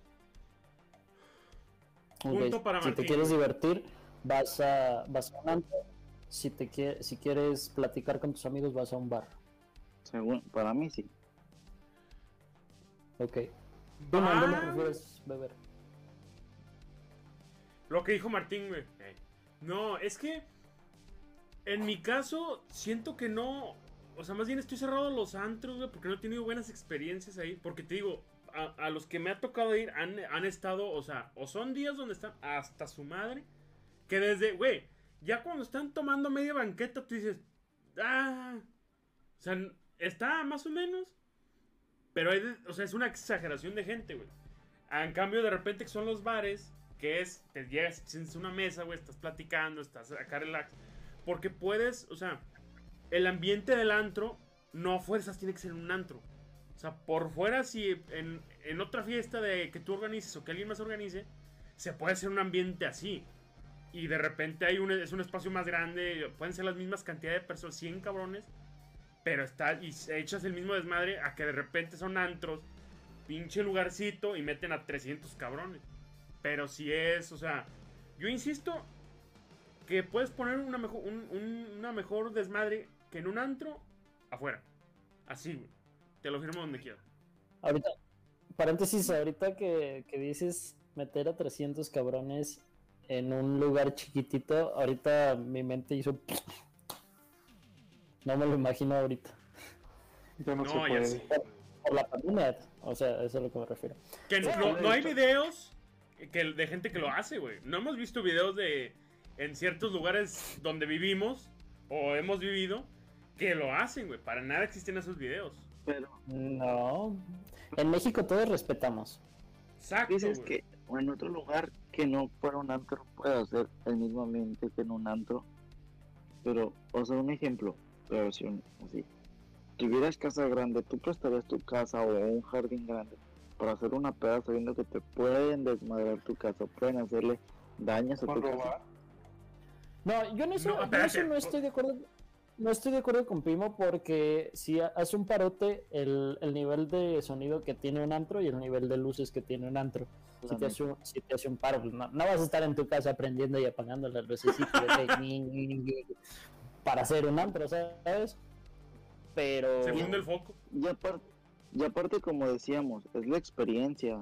Ok,
Punto para
si te
Martín.
quieres divertir, vas a, vas a un antro. Si, te quie- si quieres platicar con tus amigos, vas a un bar.
Según, para mí sí.
Ok. ¿Tú, man, dónde
Bar.
prefieres beber?
Lo que dijo Martín, güey. Eh, No, es que en mi caso siento que no. O sea, más bien estoy cerrado a los antros, güey, porque no he tenido buenas experiencias ahí. Porque te digo, a, a los que me ha tocado ir han, han estado, o sea, o son días donde están hasta su madre. Que desde, güey, ya cuando están tomando media banqueta, tú dices, ah. O sea, está más o menos. Pero hay, de- o sea, es una exageración de gente, güey. En cambio, de repente que son los bares, que es, te llegas, te sientes a una mesa, güey, estás platicando, estás acá relax. Porque puedes, o sea, el ambiente del antro, no a fuerzas tiene que ser un antro. O sea, por fuera, si en, en otra fiesta de que tú organices o que alguien más organice, se puede hacer un ambiente así. Y de repente hay un, es un espacio más grande, pueden ser las mismas cantidades de personas, cien cabrones, pero está, y echas el mismo desmadre a que de repente son antros, pinche lugarcito, y meten a trescientos cabrones. Pero si es, o sea, yo insisto que puedes poner una mejor, un, un- una mejor desmadre que en un antro afuera. Así, güey. Te lo firmo donde quiera.
Ahorita, paréntesis, ahorita que, que dices meter a trescientos cabrones en un lugar chiquitito, ahorita mi mente hizo... No me lo imagino ahorita.
ya no, se
No, ya
puede.
sí.
Por la pandemia, o sea, eso es a lo que me refiero.
Que
Sí,
no,
de
no hay
hecho.
videos que, de gente que lo hace, güey. No hemos visto videos de en ciertos lugares donde vivimos o hemos vivido que lo hacen, güey. Para nada existen esos videos.
Pero
No. En México todos respetamos.
Exacto,
dices
güey.
que en otro lugar que no fuera un antro puede hacer el mismo ambiente que en un antro. Pero, o sea, un ejemplo, pero si un- así. Tuvieras casa grande, tú prestarías tu casa o un jardín grande para hacer una peda sabiendo que te pueden desmadrar tu casa, pueden hacerle daños a
¿Por
tu casa.
robar?
No, yo en eso
No,
yo en
espérate.
eso no estoy de acuerdo. No estoy de acuerdo con Primo porque si ha- hace un parote el, el nivel de sonido que tiene un antro y el nivel de luces que tiene un antro. Si te hace un, si te hace un paro, pues no, no vas a estar en tu casa prendiendo y apagando las lucecitas de que ni- ni- ni- para hacer un antro, ¿sabes? Pero
Se funde el foco.
Y aparte, y aparte, como decíamos, es la experiencia.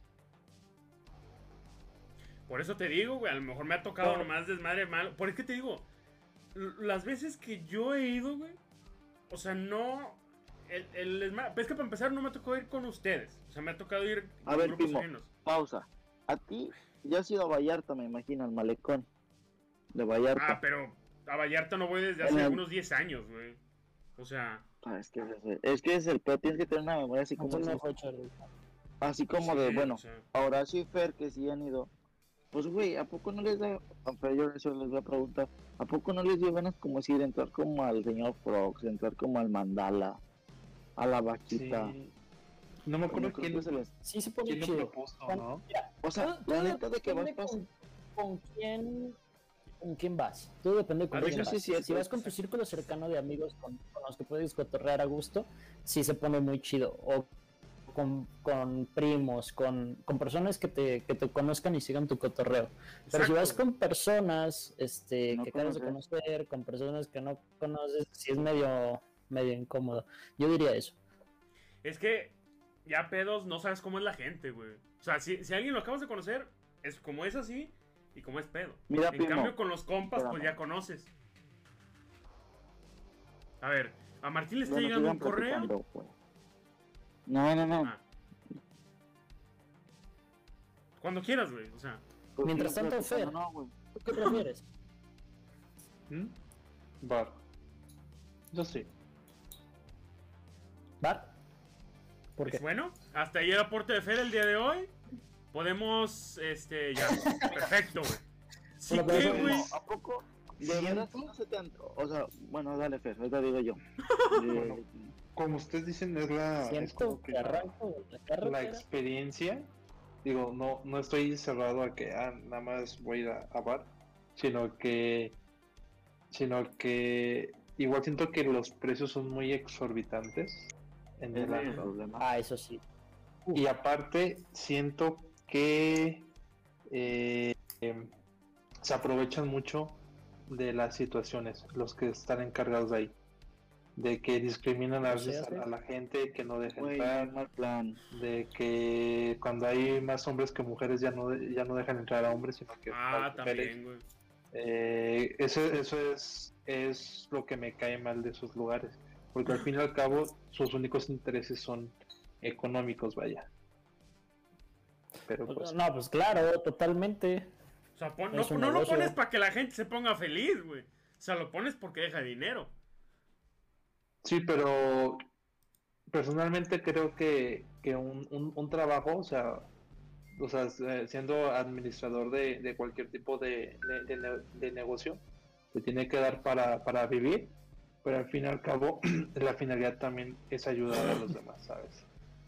Por eso te digo, güey, a lo mejor me ha tocado
No.
nomás desmadre malo. Por eso que te digo, l- las veces que yo he ido, güey, o sea, no... El, el desmadre- es que para empezar no me ha tocado ir con ustedes. O sea, me ha tocado ir
A
con
ver,
grupos
Pimo.
ajenos.
Pausa. A ti ya has ido a Vallarta, me imagino, al malecón de Vallarta.
Ah, pero a Vallarta no voy desde
En
hace
el-
unos diez años, güey. O sea,
Ah, es que ese es el- es que es el peor, tienes que tener una memoria así como,
entonces no
ese-
fue Charlie.
así como
sí,
de, bueno,
o sea,
ahora Horacio y Fer que sí han ido. Pues güey, ¿a poco no les da, a Fer yo eso les voy a preguntar, ¿a poco no les dio ganas como decir entrar como al señor Frogs, entrar como al Mandala, a la
Sí.
vaquita?
No me acuerdo
Como creo
quién,
que se les-
Sí se pone
quién lo
chido.
propuso,
Con-
¿no?
mira,
O sea,
todo-
la
todo
neta de que vas
depende
pas-
con, con quién con quién vas. Todo depende con
Ah,
quién
eso
vas.
sí es cierto,
Si vas con tu círculo cercano de amigos con, con los que puedes cotorrear a gusto, sí se pone muy chido. O con, con primos, con, con personas que te, que te conozcan y sigan tu cotorreo. Pero si
exacto,
vas
güey.
con personas este,
No
que acabas de
conoces.
conocer, con personas que no conoces, sí es medio, medio incómodo. Yo diría eso.
Es que ya pedos no sabes cómo es la gente, güey. O sea, si, si alguien lo acabas de conocer, es como es así y como es pedo.
Mira,
En
Pimo,
cambio, con los compas, pues
espérame.
ya conoces. A ver, a Martín le está
bueno,
llegando
sigan
un correo.
platicando, güey. No, no, no.
Ah. Cuando quieras, güey. O sea,
Pues
Mientras
sigan
tanto,
platicando,
Fer.
no, güey.
¿Tú qué prefieres?
¿Mm? Bar. Yo sí.
¿Bar? ¿Por
pues
qué?
bueno, hasta ahí el aporte de Fer el día de hoy. Podemos, este, ya. Perfecto, güey. Sí
Bueno,
que,
pero eso-
güey.
¿A poco? De verdad no se te anto- O sea, bueno, dale, Fer, ahorita digo yo.
Bueno,
Eh,
como ustedes dicen, es la, es
Siento
como que
que
la,
arranco de la
la
carretera.
experiencia. Digo, no, no estoy cerrado a que ah, nada más voy a ir a, a bar, sino que, sino que igual siento que los precios son muy exorbitantes en
ese
el
es el
antro.
problema.
Ah, eso sí.
Y aparte, siento que eh, em, se aprovechan mucho de las situaciones, los que están encargados de ahí, de que discriminan a
O sea,
veces
sí.
a, a la gente, que no dejan
Güey,
entrar,
mal plan.
de que cuando hay más hombres que mujeres ya no ya no dejan entrar a hombres, sino que
Ah,
más mujeres.
también, güey.
Eh, eso eso es es lo que me cae mal de esos lugares, porque al fin y al cabo sus únicos intereses son económicos, vaya. Pero pues
No, pues claro, totalmente.
O sea, pon- no,
Es un
no lo
negocio.
pones para que la gente se ponga feliz, güey. O sea, lo pones porque deja dinero.
sí, pero personalmente creo que, que un, un, un trabajo, o sea, o sea, eh, siendo administrador de, de cualquier tipo de, de, de ne- de negocio, se tiene que dar para, para vivir, pero al fin y al cabo la finalidad también es ayudar a los demás, ¿sabes?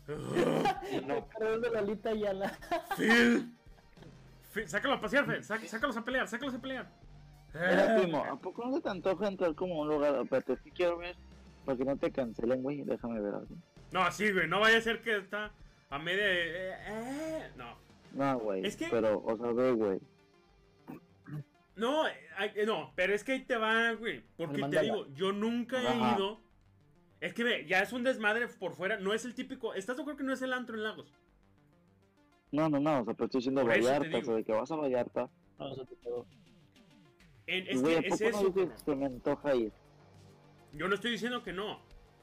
Y no,
Pero es de Lolita Ayala.
Phil. Phil, sácalo a pasear, Phil. Sá- sácalos a pelear, sácalos a pelear.
Mira, primo, ¿a poco no se te antoja entrar como a un lugar? Espérate, sí quiero ver, para que no te cancelen, güey, déjame ver algo.
No, sí, güey. No vaya a ser que está a media. de- eh, eh, no.
No, güey,
Es que-
pero, o sea, ve, güey.
No, eh, ay, eh, no, pero es que ahí te va, güey. Porque te
Mandala.
digo, yo nunca he
Ajá.
ido. Es que ve, ya es un desmadre por fuera. No es el típico. ¿Estás de acuerdo que no es el antro en Lagos?
No, no, no, o sea, pero estoy diciendo
Por eso te
Vallarta, o
digo.
sea, de que vas a Vallarta.
No, eso te quedó.
En- es
Güey, ¿a
que es
poco
eso.
no dices
cabrón.
que me antoja ir?
Yo no estoy diciendo que no.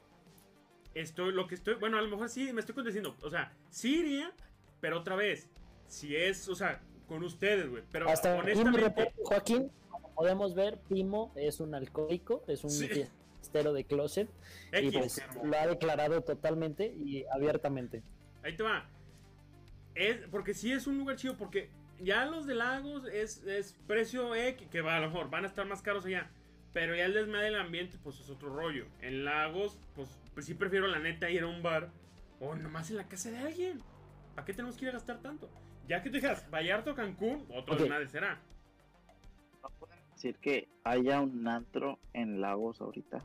Estoy, lo que estoy, bueno, a lo mejor sí me estoy contradiciendo. O sea, sí iría, pero otra vez, si es, o sea, con ustedes, güey. Pero
Hasta aquí mi
honestamente,
reporte, Joaquín, como podemos ver, Pimo es un alcohólico, es un
Sí.
fiestero de closet y
X,
pues
pero-
lo ha declarado totalmente y abiertamente.
Ahí te va. Es, porque sí es un lugar chido, porque ya los de Lagos es, es precio X, que va, a lo mejor van a estar más caros allá. Pero ya el desmadre del ambiente, pues es otro rollo. En Lagos, pues, pues sí prefiero la neta ir a un bar o nomás en la casa de alguien. ¿Para qué tenemos que ir a gastar tanto? Ya que tú digas, Vallarta o Cancún, otro
Ok.
desmadre será.
¿No pueden decir que haya un antro en Lagos ahorita?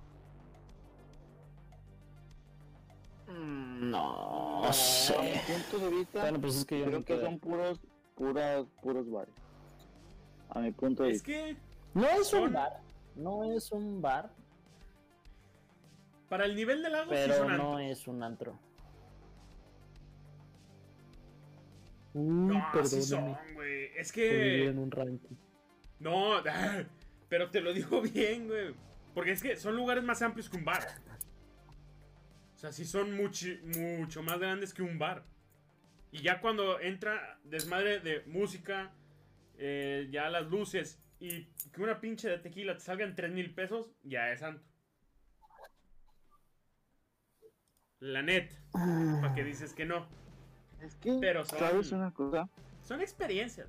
No
A
sé.
mi punto de vista,
Bueno, pues es que yo
creo
no
que
creo.
son puros, puras, puros bares. A mi punto de
Es
vista.
que
No es
son-
un bar, no es un bar,
para el nivel de Lagos sí
pero
son
no
antros.
es un antro. Uy,
No, sí
perdóname
son, güey. Es
por vivir
que...
en un ranking.
No, pero te lo digo bien, güey. Porque es que son lugares más amplios que un bar. O sea, sí son muchi- mucho más grandes que un bar. Y ya cuando entra desmadre de música, eh, ya las luces y que una pinche de tequila te salgan tres mil pesos, ya es santo. La net, para que dices que no.
Es que,
Pero son-
¿sabes una cosa?
Son experiencias.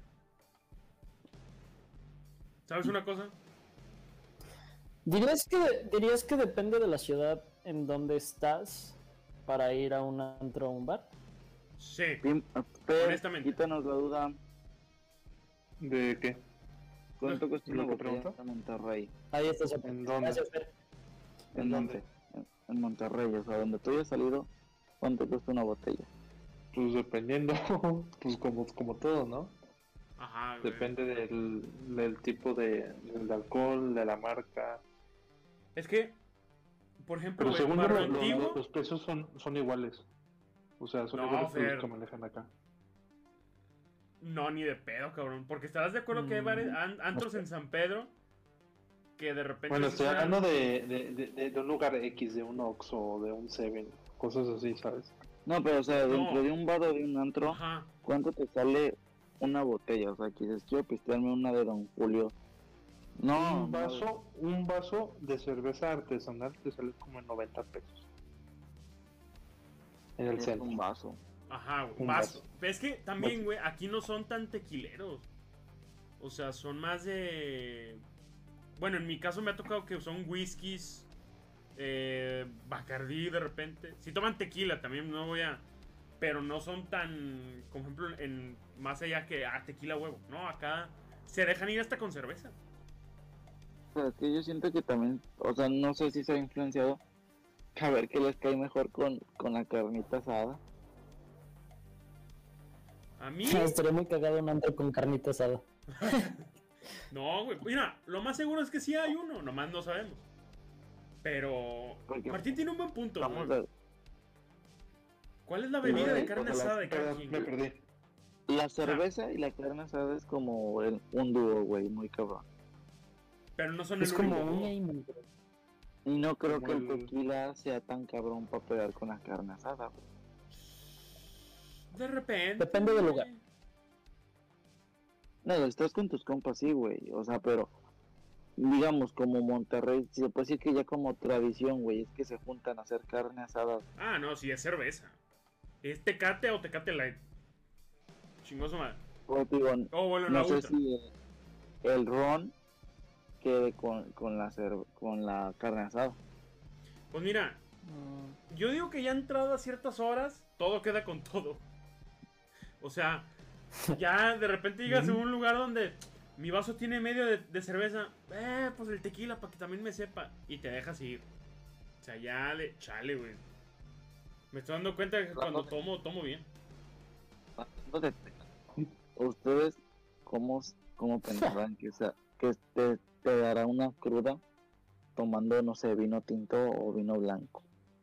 ¿Sabes una cosa?
¿Dirías que, dirías que depende de la ciudad en donde estás para ir a un antro o un bar?
Sí.
Pim- Pero,
Honestamente.
quítanos la duda.
¿De qué?
¿Cuánto cuesta
¿Lo
una
que
botella
pregunto?
en Monterrey?
Ahí estás.
¿En dónde?
Gracias, Fer.
¿En
¿En
dónde?
dónde?
En, en Monterrey, o sea, donde tú hayas salido, ¿cuánto cuesta una botella?
Pues dependiendo, pues como, como todo, ¿no?
Ajá, güey.
Depende del, del tipo de, del alcohol, de la marca.
Es que, por ejemplo,
Pero
güey,
según yo,
Barrio
lo- lo-
Antiguo.
los precios son, son iguales. O sea, son
No,
iguales que
Fer.
los que manejan acá.
No, ni de pedo, cabrón. Porque estarás de acuerdo que hay
Mm,
bares, an- antros en San Pedro que de repente.
Bueno,
sí
estoy
están-
hablando de, de, de, de- de un lugar X, de un Oxxo o de un Seven, cosas así, ¿sabes?
No, pero o sea,
No.
dentro de un bar o de un antro,
Ajá.
¿cuánto te sale una botella? O sea, que dices, quiero pistearme una de Don Julio. No,
un vaso, un vaso de cerveza artesanal te sale como en noventa pesos. En
no,
el
es
centro.
un vaso.
Ajá, güey.
Un
Vaso.
vaso.
Es que también,
Vaso.
güey, aquí no son tan tequileros. O sea, son más de. Bueno, en mi caso me ha tocado que son whiskies. Eh, Bacardí de repente. Si toman tequila también, no voy a. Pero no son tan. Como ejemplo, en más allá que ah, tequila huevo. No, acá se dejan ir hasta con cerveza.
O sea, es que yo siento que también, o sea, no sé si se ha influenciado a ver qué les cae mejor con, con la carnita asada.
A mí.
Estaría muy cagado un antro con carnita asada.
No, güey. Mira, lo más seguro es que sí hay uno, nomás no sabemos. Pero.
Porque
Martín tiene un buen punto,
Vamos
güey.
a
¿Cuál es la bebida de
Güey,
carne
o sea,
asada de cada
Perdón,
quien?
me
güey?
perdí.
la cerveza y la carne asada es como el- un dúo, güey, muy cabrón.
Pero no son
Es
el
como
único.
uña y mugre.
Y no creo
Como
que el
el-
tequila sea tan cabrón para pegar con la carne asada, güey.
De repente.
Depende del
güey.
lugar.
No, estás con tus compas, sí, güey. O sea, pero digamos como Monterrey, si se puede decir que ya como tradición, güey, es que se juntan a hacer carne asada.
Ah, no, sí, es cerveza. ¿Es Tecate o Tecate Light? Chingoso madre.
O digo,
Oh, bueno,
no
la
sé
ultra.
si el, el ron quede con, con, la cer- con la carne asada.
Pues mira, yo digo que ya entrado a ciertas horas, todo queda con todo. O sea, ya de repente llegas a un lugar donde mi vaso tiene medio de, de cerveza. Eh, pues el tequila para que también me sepa. Y te dejas ir. O sea, ya de chale, güey. Me estoy dando cuenta que cuando tomo, tomo bien.
Hablando de tequila, ¿ustedes cómo, cómo pensarán que, sea, que te, te dará una cruda tomando, no sé, vino tinto o vino blanco?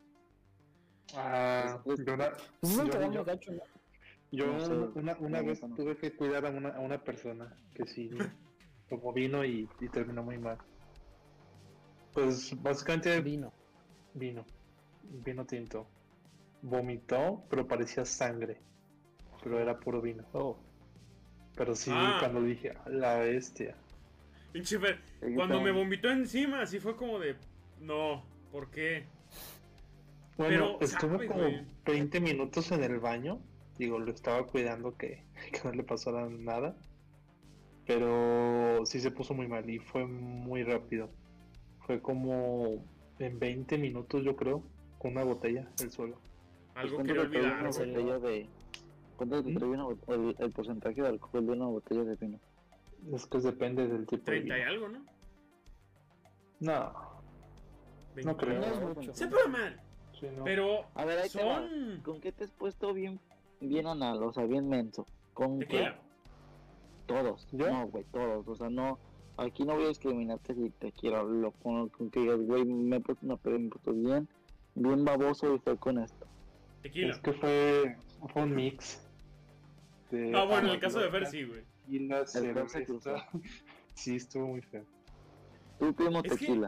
Ah,
Pues,
yo una,
Pues es el
yo-
que da
yo-
muy gacho, ¿no?
yo
No sé,
una, una
no,
vez
no.
tuve que cuidar a una, a una persona que sí tomó vino y, y terminó muy mal. Pues básicamente
Vino.
vino, vino tinto. Vomitó, pero parecía sangre. Pero era puro vino.
Oh.
Pero sí,
Ah.
cuando dije, "A la bestia".
Pinche Fer,
Sí,
cuando me
está-
vomitó encima, así fue como de. No, ¿Por qué?
Bueno,
Pero,
estuve
sabe,
como
güey.
veinte minutos en el baño. Digo, lo estaba cuidando que, que no le pasara nada. Pero sí se puso muy mal y fue muy rápido. Fue como en veinte minutos, yo creo, con una botella el suelo.
Algo
¿Cuánto
quería
te trae
olvidar,
una
güey.
botella de... ¿Cuánto te
¿Mm?
trae una bot- el, el porcentaje de alcohol de una botella de vino?
Es que depende del tipo de
treinta y
vino.
algo, ¿no?
No,
veinte.
no creo.
No es mucho.
Sepa mal.
Sí, no.
Pero
A ver, ahí te va.
son...
¿Con qué te has puesto bien, bien anal? O sea, bien menso. ¿Con
Tequila.
qué? Todos.
¿Yo?
No, güey, todos. O sea, no... Aquí no voy a discriminarte si te quiero. Lo con, con que digas, güey, me he puesto una peda, me he puesto bien, bien baboso y fue con esto.
Tequila.
Es que fue, fue un mix. De
Ah, bueno, en el
ambas,
caso de
¿no?
Fer sí, güey.
Tequila,
El Fer se cruzó.
cerveza. Sí, estuvo muy feo.
Tú, primo,
Es que-
tequila.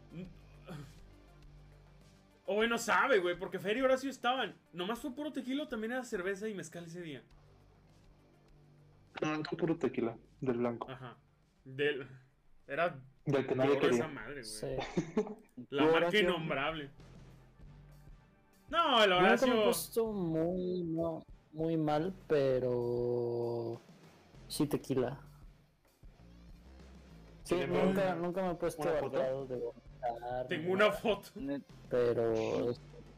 O bueno, sabe, güey, porque Fer y Horacio estaban. Nomás fue puro tequila, o también era cerveza y mezcal ese día.
No, fue puro tequila, del blanco.
Ajá. Del... Era
Del que
de
nadie
oro esa
quería.
madre, güey.
Sí.
La
¿Tú,
marca
Horacio?
innombrable. No, el
Yo nunca me he
Horacio...
puesto muy, no, muy mal, pero sí tequila. Sí,
Tenemos-
nunca, nunca me he puesto
¿Una
al
foto?
grado de vomitar.
Tengo
ni
una
nada,
foto.
Net-
Pero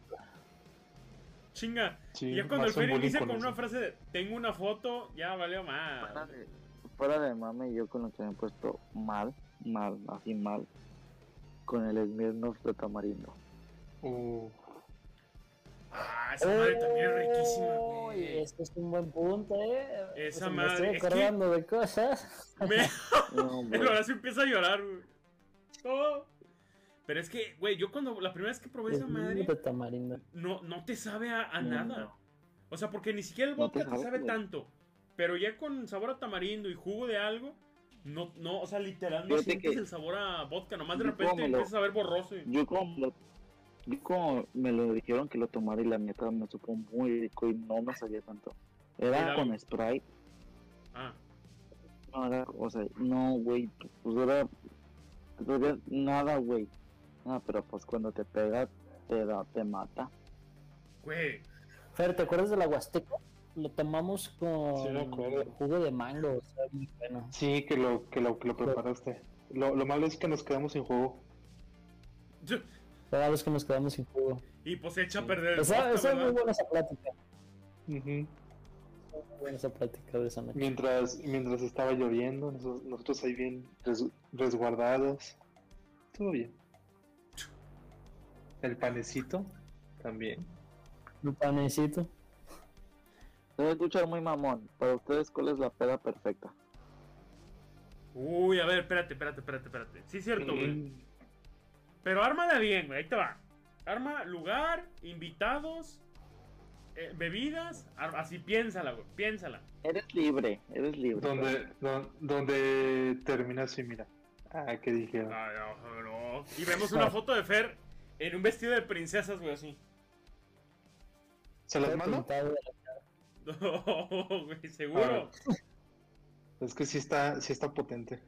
Chinga.
Sí,
Y ya cuando
me
el
hacen
Fer
bullying
inicia
con
con una
eso.
frase de tengo una foto, ya valió
Fuera
más.
de, fuera de mame, yo con lo que me he puesto mal, mal, así mal, con el Smirnoff de tamarindo.
Uh,
Ah, esa madre también es riquísima,
Uy,
güey.
este es un buen punto, eh.
Esa
Se me
madre,
estoy
es que-
acordando de cosas.
Me...
No,
El
güey.
Horacio empieza a llorar, güey. Oh. Pero es que, güey, yo cuando la primera vez que probé esa madre,
de tamarindo.
no, no te sabe a, a
No,
nada.
no.
O sea, porque ni siquiera el
No te
vodka te
sabe,
sabe
güey.
tanto. Pero ya con sabor a tamarindo y jugo de algo, no, no, o sea, literal no
Fíjate
sientes
que-
el sabor a vodka. Nomás de
yo
repente
como lo-
empiezas a ver borroso. y-
Yo como, lo- yo como me lo dijeron que lo tomara y la neta me supo muy rico y no me sabía tanto. Era
Era
con
algo.
Sprite,
Ah,
no era, o sea, no, güey, pues era, todavía nada, güey. Ah, pero pues cuando te pega, te da, te mata.
güey.
Fer, ¿te acuerdas de la Huasteca? Lo tomamos con
Sí, me acuerdo.
jugo de mango, o sea, muy bueno.
sí, que lo, que lo, que lo preparaste. Lo, lo malo es que nos quedamos sin juego.
Cada vez que nos quedamos sin jugo.
Y pues se echa a
Sí.
perder el
Esa,
vodka,
esa es muy
¿verdad?
buena esa plática.
Ujú.
Muy buena esa plática de esa noche.
Mientras, mientras estaba lloviendo, nosotros, nosotros ahí bien res- resguardados. Todo bien. El panecito también.
Un panecito.
Se va a escuchar muy mamón. Para ustedes, ¿cuál es la peda perfecta?
Uy, a ver, espérate, espérate, espérate, espérate. Sí, es cierto, güey.
Mm,
Pero ármala bien, güey. Ahí te va. Arma lugar, invitados, eh, bebidas. ar- Así piénsala, güey. Piénsala.
Eres libre, eres libre.
donde, don- donde termina así, mira. Ah, ¿qué dijeron?
Ay, no, no. Y vemos una foto de Fer en un vestido de princesas, güey, así.
¿Se las
Todo
mando?
pintado de
No, güey,
A
seguro.
ver. Es que sí está, sí está potente.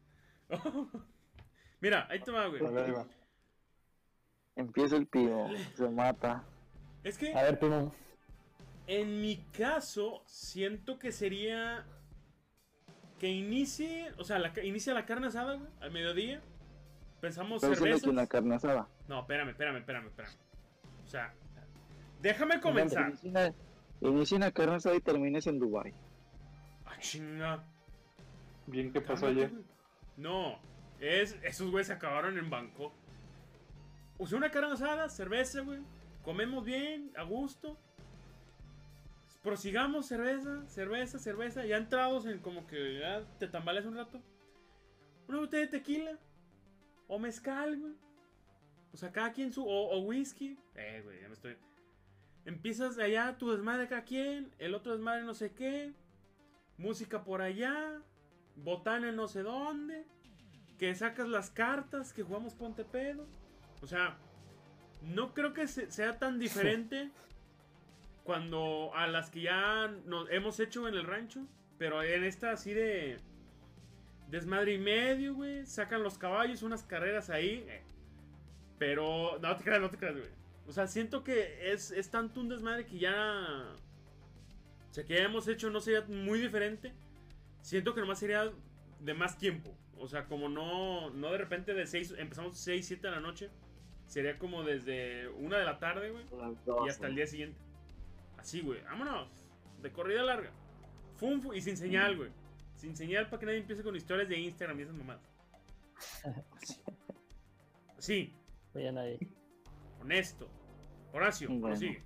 Mira, ahí te va, güey.
A ver, ahí va.
Empieza el pido, se mata.
Es que
A ver, primo.
en mi caso, siento que sería que inicie, o sea, la, ca- inicia la carne asada, güey, al mediodía. Pensamos
Estoy diciendo
cervezas.
que una carne asada.
No, espérame, espérame, espérame, espérame. O sea, déjame comenzar.
Inicia una, inicia una carne asada y termines en Dubai.
Ah, chinga.
Bien, ¿qué pasó
Cálmate,
ayer?
güey. No, es, esos güeyes se acabaron en Bangkok. Usé una carne asada, cerveza, güey. Comemos bien, a gusto. Prosigamos cerveza, cerveza, cerveza. Ya entrados en como que ya te tambaleas un rato. Una botella de tequila. O mezcal, güey. O sea, cada quien su. O, o whisky. Eh, güey, ya me estoy. Empiezas allá tu desmadre cada quien. El otro desmadre no sé qué. Música por allá. Botana en no sé dónde. Que sacas las cartas. Que jugamos ponte pedo. O sea, no creo que se- sea tan diferente cuando a las que ya nos hemos hecho en el rancho. Pero en esta así de desmadre y medio, güey. Sacan los caballos, unas carreras ahí. eh. Pero, no te creas, no te creas, güey. O sea, siento que es, es tanto un desmadre que ya... O sea, que ya hemos hecho no sería muy diferente. Siento que nomás sería de más tiempo. O sea, como no, no de repente de seis, empezamos seis, siete de la noche. Sería como desde una de la tarde, güey.
Las dos,
Y hasta el
¿no?
día siguiente. Así, güey. Vámonos. De corrida larga. Fum, fu- y sin señal, güey. Sin señal para que nadie empiece con historias de Instagram y esas mamadas. Así. Así.
Vayan ahí.
Honesto. Horacio,
Bueno.
prosigue.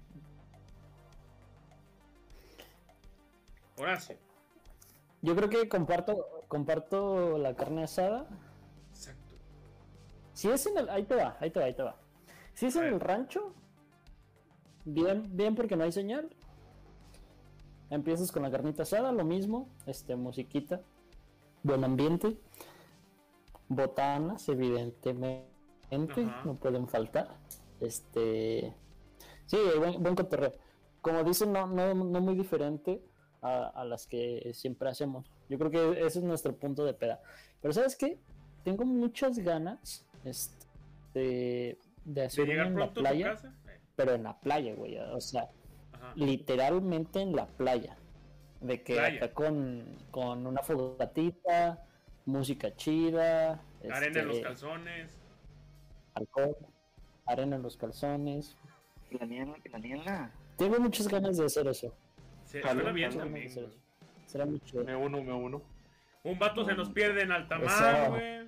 Horacio.
Yo creo que comparto, comparto la carne asada.
Exacto.
Si es en el. Ahí te va, ahí te va, ahí te va. Si es
A
en
ver.
el rancho, bien, bien porque no hay señal. Empiezas con la carnita asada, lo mismo, este, musiquita, buen ambiente, botanas, evidentemente,
Ajá.
no pueden faltar. Este, sí, buen, buen cotorreo. Como dicen, no, no, no muy diferente a, a las que siempre hacemos. Yo creo que ese es nuestro punto de peda. Pero ¿sabes qué? Tengo muchas ganas, este, de, de
¿De
hacer uno
llegar
en la
pronto a tu
playa,
casa? Eh,
pero en la playa, güey. O sea,
Ajá.
literalmente en la playa. De que
Playa.
acá con, con una fogatita, música chida,
Arena en los
este,
calzones.
alcohol, arena en los calzones.
Planéala, planéala.
Tengo muchas ganas de hacer eso.
Se,
Jalo,
suena bien
jalo.
también,
Muchas ganas de
güey.
hacer eso. Será muy chido.
Me uno, me uno.
Un vato se nos pierde en alta
Eso.
mar, güey.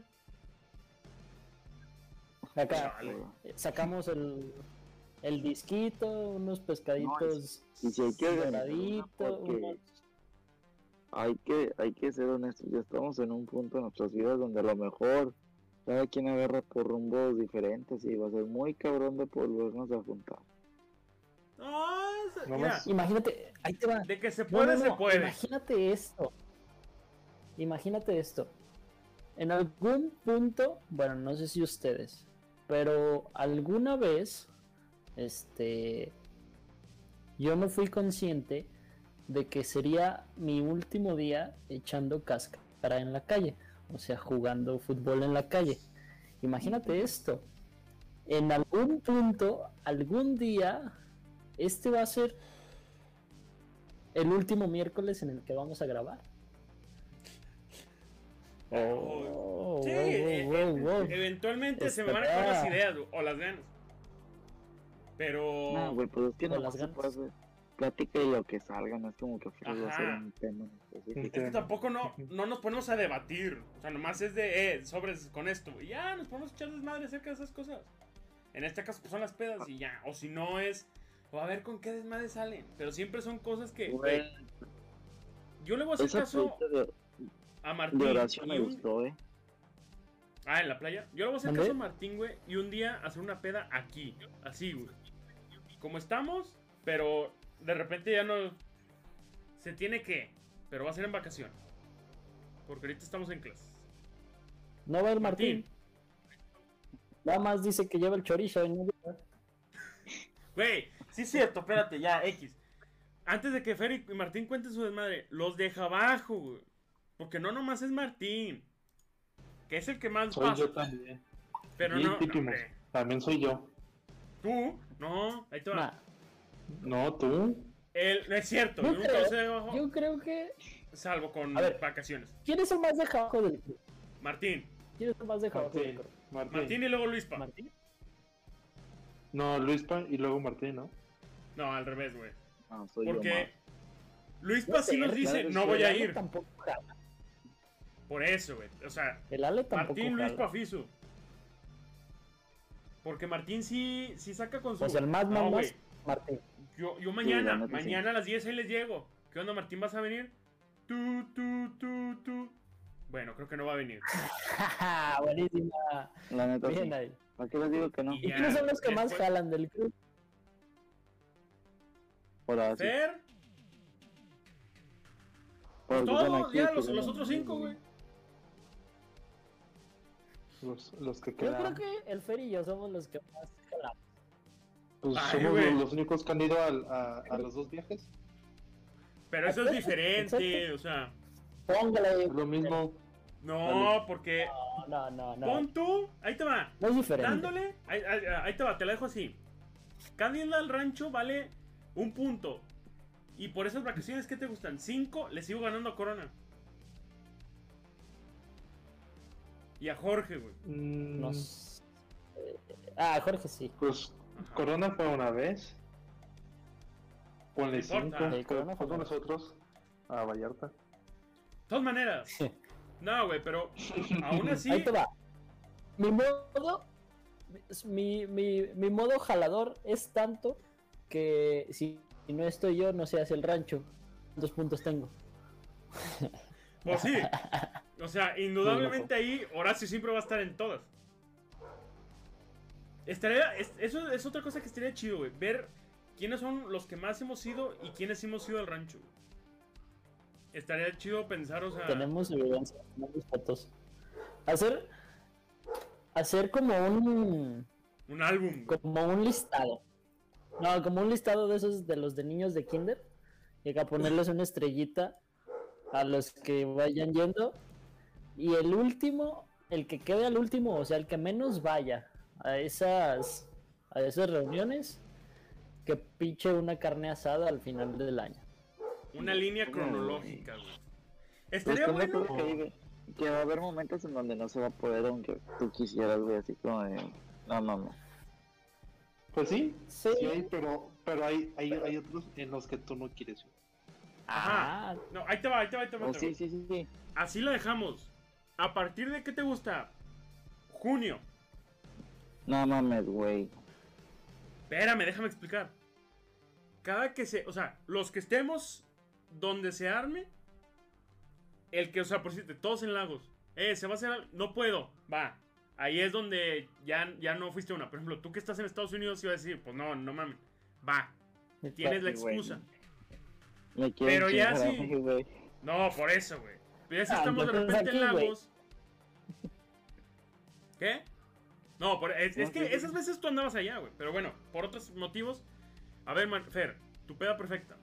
Acá
Chale.
eh, sacamos el, el disquito, unos pescaditos
y si hay que organizar una
doraditos,
porque-
unos-
Hay que, hay que ser honestos, ya estamos en un punto en nuestras vidas donde a lo mejor cada quien agarra por rumbos diferentes y va a ser muy cabrón de volvernos a juntar.
No, es-
No
mira,
más.
Imagínate, ahí te va.
de que se
No,
puede,
no,
se
no,
puede.
Imagínate esto. Imagínate esto. En algún punto, bueno, no sé si ustedes, pero alguna vez, este, yo no fui consciente de que sería mi último día echando cáscara en la calle, o sea, jugando fútbol en la calle. Imagínate esto. En algún punto, algún día, este va a ser el último miércoles en el que vamos a grabar. Oh,
Sí,
wow,
eh,
wow,
eh,
wow, wow.
eventualmente se me
Espera.
van a acabar las ideas o las ganas. Pero.
No, güey, pues es que
Con
no
las
se
ganas.
puede hacer plática y lo que salga, no es como que fuera a hacer
Ajá.
un tema en específico.
Es que tampoco no, no nos ponemos a debatir. O sea, nomás es de, eh, sobres con esto. Y ya, nos ponemos a echar desmadre acerca de esas cosas. En este caso, pues son las pedas y ya. O si no es, o a ver con qué desmadre salen. Pero siempre son cosas que,
Güey,
güey, yo le voy a hacer
esa
caso
pregunta de,
a Martín.
de oración
y
me
un-
gustó, eh.
Ah, en la playa. Yo le voy a hacer
¿Dónde?
caso a Martín, güey. Y un día hacer una peda aquí. Así, güey. Como estamos, pero de repente ya no. Se tiene que. Pero va a ser en vacación. Porque ahorita estamos en clases.
No va el Martín.
Martín.
Nada más dice que lleva el chorizo. y no lleva.
Güey, sí es cierto, espérate, ya, X. Antes de que Fer y Martín cuenten su desmadre, los deja abajo, güey. Porque no nomás es Martín. Que es el que más
Soy
pasa.
yo también.
Pero
Bien
no, no,
pípimos.
hombre.
También soy yo.
Tú, no, ahí te va.
Nah,
No, tú.
El, no es cierto,
Yo
yo nunca
creo-
los he dejado abajo.
yo creo que.
Salvo con
A ver.
vacaciones.
¿Quién es el más dejado del club?
Martín.
¿Quién es el más dejado del
Martín.
club?
Martín.
Martín y luego Luispa.
¿Martín?
No, Luispa y luego Martín, ¿no?
No, al revés, güey.
No, soy yo
Porque
más.
Luispa sí nos
sé,
dice,
claro,
no
sí,
voy a
El Ale
ir.
tampoco jala.
Por eso, güey. O sea,
El Ale tampoco
Martín,
jala.
Luispa, Fisu. Porque Martín sí, sí saca con su...
Pues el más
No,
mamás,
güey.
Martín.
Yo, yo
la
mañana,
neta, sí.
mañana a las diez ahí les llego. ¿Qué onda, Martín? ¿Vas a venir? Tú, tú, tú, tú. Bueno, creo que no va a venir.
Buenísima.
La neta,
Bien
sí.
ahí.
¿Para qué les digo que no?
Y
¿Y
ya,
quiénes son los que más
después-
jalan del club?
Ahora sí.
Fer,
Porque están
todos,
aquí,
ya,
pues,
los,
no,
los otros
no,
cinco,
no.
güey.
Los, los que
Yo creo
quedan.
que el Fer y yo somos los que más jalamos.
Pues
Ay,
somos
güey.
los, los únicos que han ido al- a, a los dos viajes.
Pero eso es
Exacto,
diferente,
exacto.
o sea...
Póngale.
Es lo mismo.
No, porque
No, no, no.
pon tú, ahí te va.
No es diferente.
Dándole, ahí, ahí- ahí te va, te la dejo así. Cada isla del rancho vale un punto. Y por esas vacaciones, ¿qué te gustan? Cinco, le sigo ganando a Corona. Y a Jorge, güey.
Mm,
No s- eh, Ah, Jorge sí.
Pues
Ajá.
Corona fue una vez. Ponle
No importa.
cinco.
Sí, Corona fue
Con
una vez.
nosotros a Vallarta.
De todas maneras. No, güey, pero aún así.
Ahí te va. Mi modo. Mi, mi, mi modo jalador es tanto que si no estoy yo, no se hace el rancho. ¿Cuántos puntos tengo?
Pues sí. O sea, indudablemente ahí Horacio siempre va a estar en todas. Estaría, es- eso es otra cosa que estaría chido, güey. Ver quiénes son los que más hemos ido y quiénes hemos ido al rancho. Güey. Estaría chido pensar, o sea.
Tenemos evidencia, tenemos fotos. Hacer. Hacer como un.
Un álbum. Güey.
Como un listado. No, como un listado de esos de los de niños de kinder. Y acá ponerles una estrellita a los que vayan yendo. Y el último, el que quede al último, o sea, el que menos vaya a esas, a esas reuniones, que piche una carne asada al final del año.
Una línea cronológica, güey.
Pues
Estaría
que me
bueno.
acuerdo que, hay- que va a haber momentos en donde no se va a poder, aunque tú quisieras, güey, así como de. No, no, no.
Pues sí,
Sí.
sí hay, pero, pero hay, hay, hay otros en los que tú no quieres ir.
Ajá.
Ah,
No, ahí te va, ahí te va, ahí te va.
Oh,
ahí te va.
sí, sí, sí, sí.
Así la dejamos. ¿A partir de qué te gusta? Junio.
No mames, güey.
Espérame, déjame explicar. Cada que se. O sea, los que estemos donde se arme. El que, o sea, por decirte, todos en Lagos. Eh, se va a hacer. al- No puedo. Va. Ahí es donde ya, ya no fuiste una. Por ejemplo, tú que estás en Estados Unidos iba a decir, pues no, no mames. Va. Tienes la
Sí, güey.
excusa.
Me quieren
Pero ya
chingar a
sí.
mí, güey.
No, por eso, güey. Pero ya si
Ah,
estamos de
entonces
repente en
aquí, güey.
Lagos. ¿Qué? No, por, es, es
No,
que
sí, sí.
esas veces tú andabas allá, güey. Pero bueno, por otros motivos. A ver, Man- Fer, tu peda perfecta.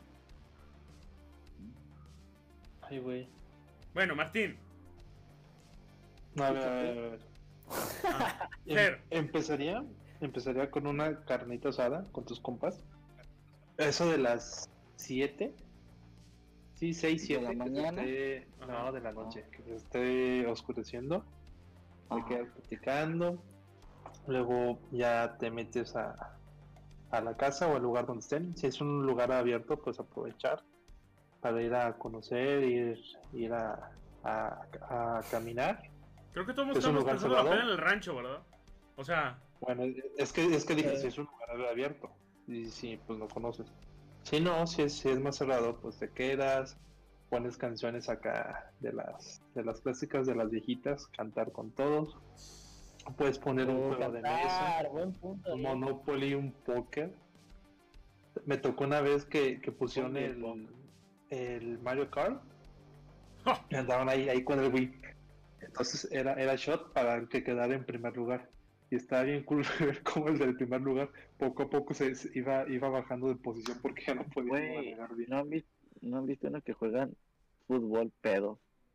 Ay, güey.
Bueno, Martín.
No, a ver, a ver, a ver.
Ah,
Em-
Fer.
empezaría, empezaría con una carnita asada con tus compas. Eso de las siete. Sí, seis,
¿De
siete.
la
que se
mañana?
esté-
Ajá.
no, de la noche. Que se esté oscureciendo. Te
Ajá.
quedas platicando. Luego ya te metes a, a la casa o al lugar donde estén. Si es un lugar abierto, pues aprovechar para ir a conocer, ir, ir a, a, a caminar.
Creo que todos
¿Es un
estamos
lugar
pensando la
cerrado?
peda en el rancho, ¿verdad? O sea,
Bueno, es que, es que dije,
Eh.
si es un lugar abierto, y si pues no conoces. Si no, si es, si es más cerrado, pues te quedas, pones canciones acá de las, de las clásicas de las viejitas, cantar con todos. Puedes poner un
oh,
juego de mesa,
cantar, buen punto.
un
eh.
Monopoly, un póker. Me tocó una vez que, que pusieron
Póker,
el,
póker.
el Mario Kart
¡ja!
y andaban ahí, ahí con el Wii. Entonces era, era shot para el que quedara en primer lugar. Y estaba bien cool ver cómo el del primer lugar poco a poco se, se iba, iba bajando de posición porque ya no podía
Güey,
manejar bien.
¿no han, visto, ¿no han visto unos que juegan fútbol pedo?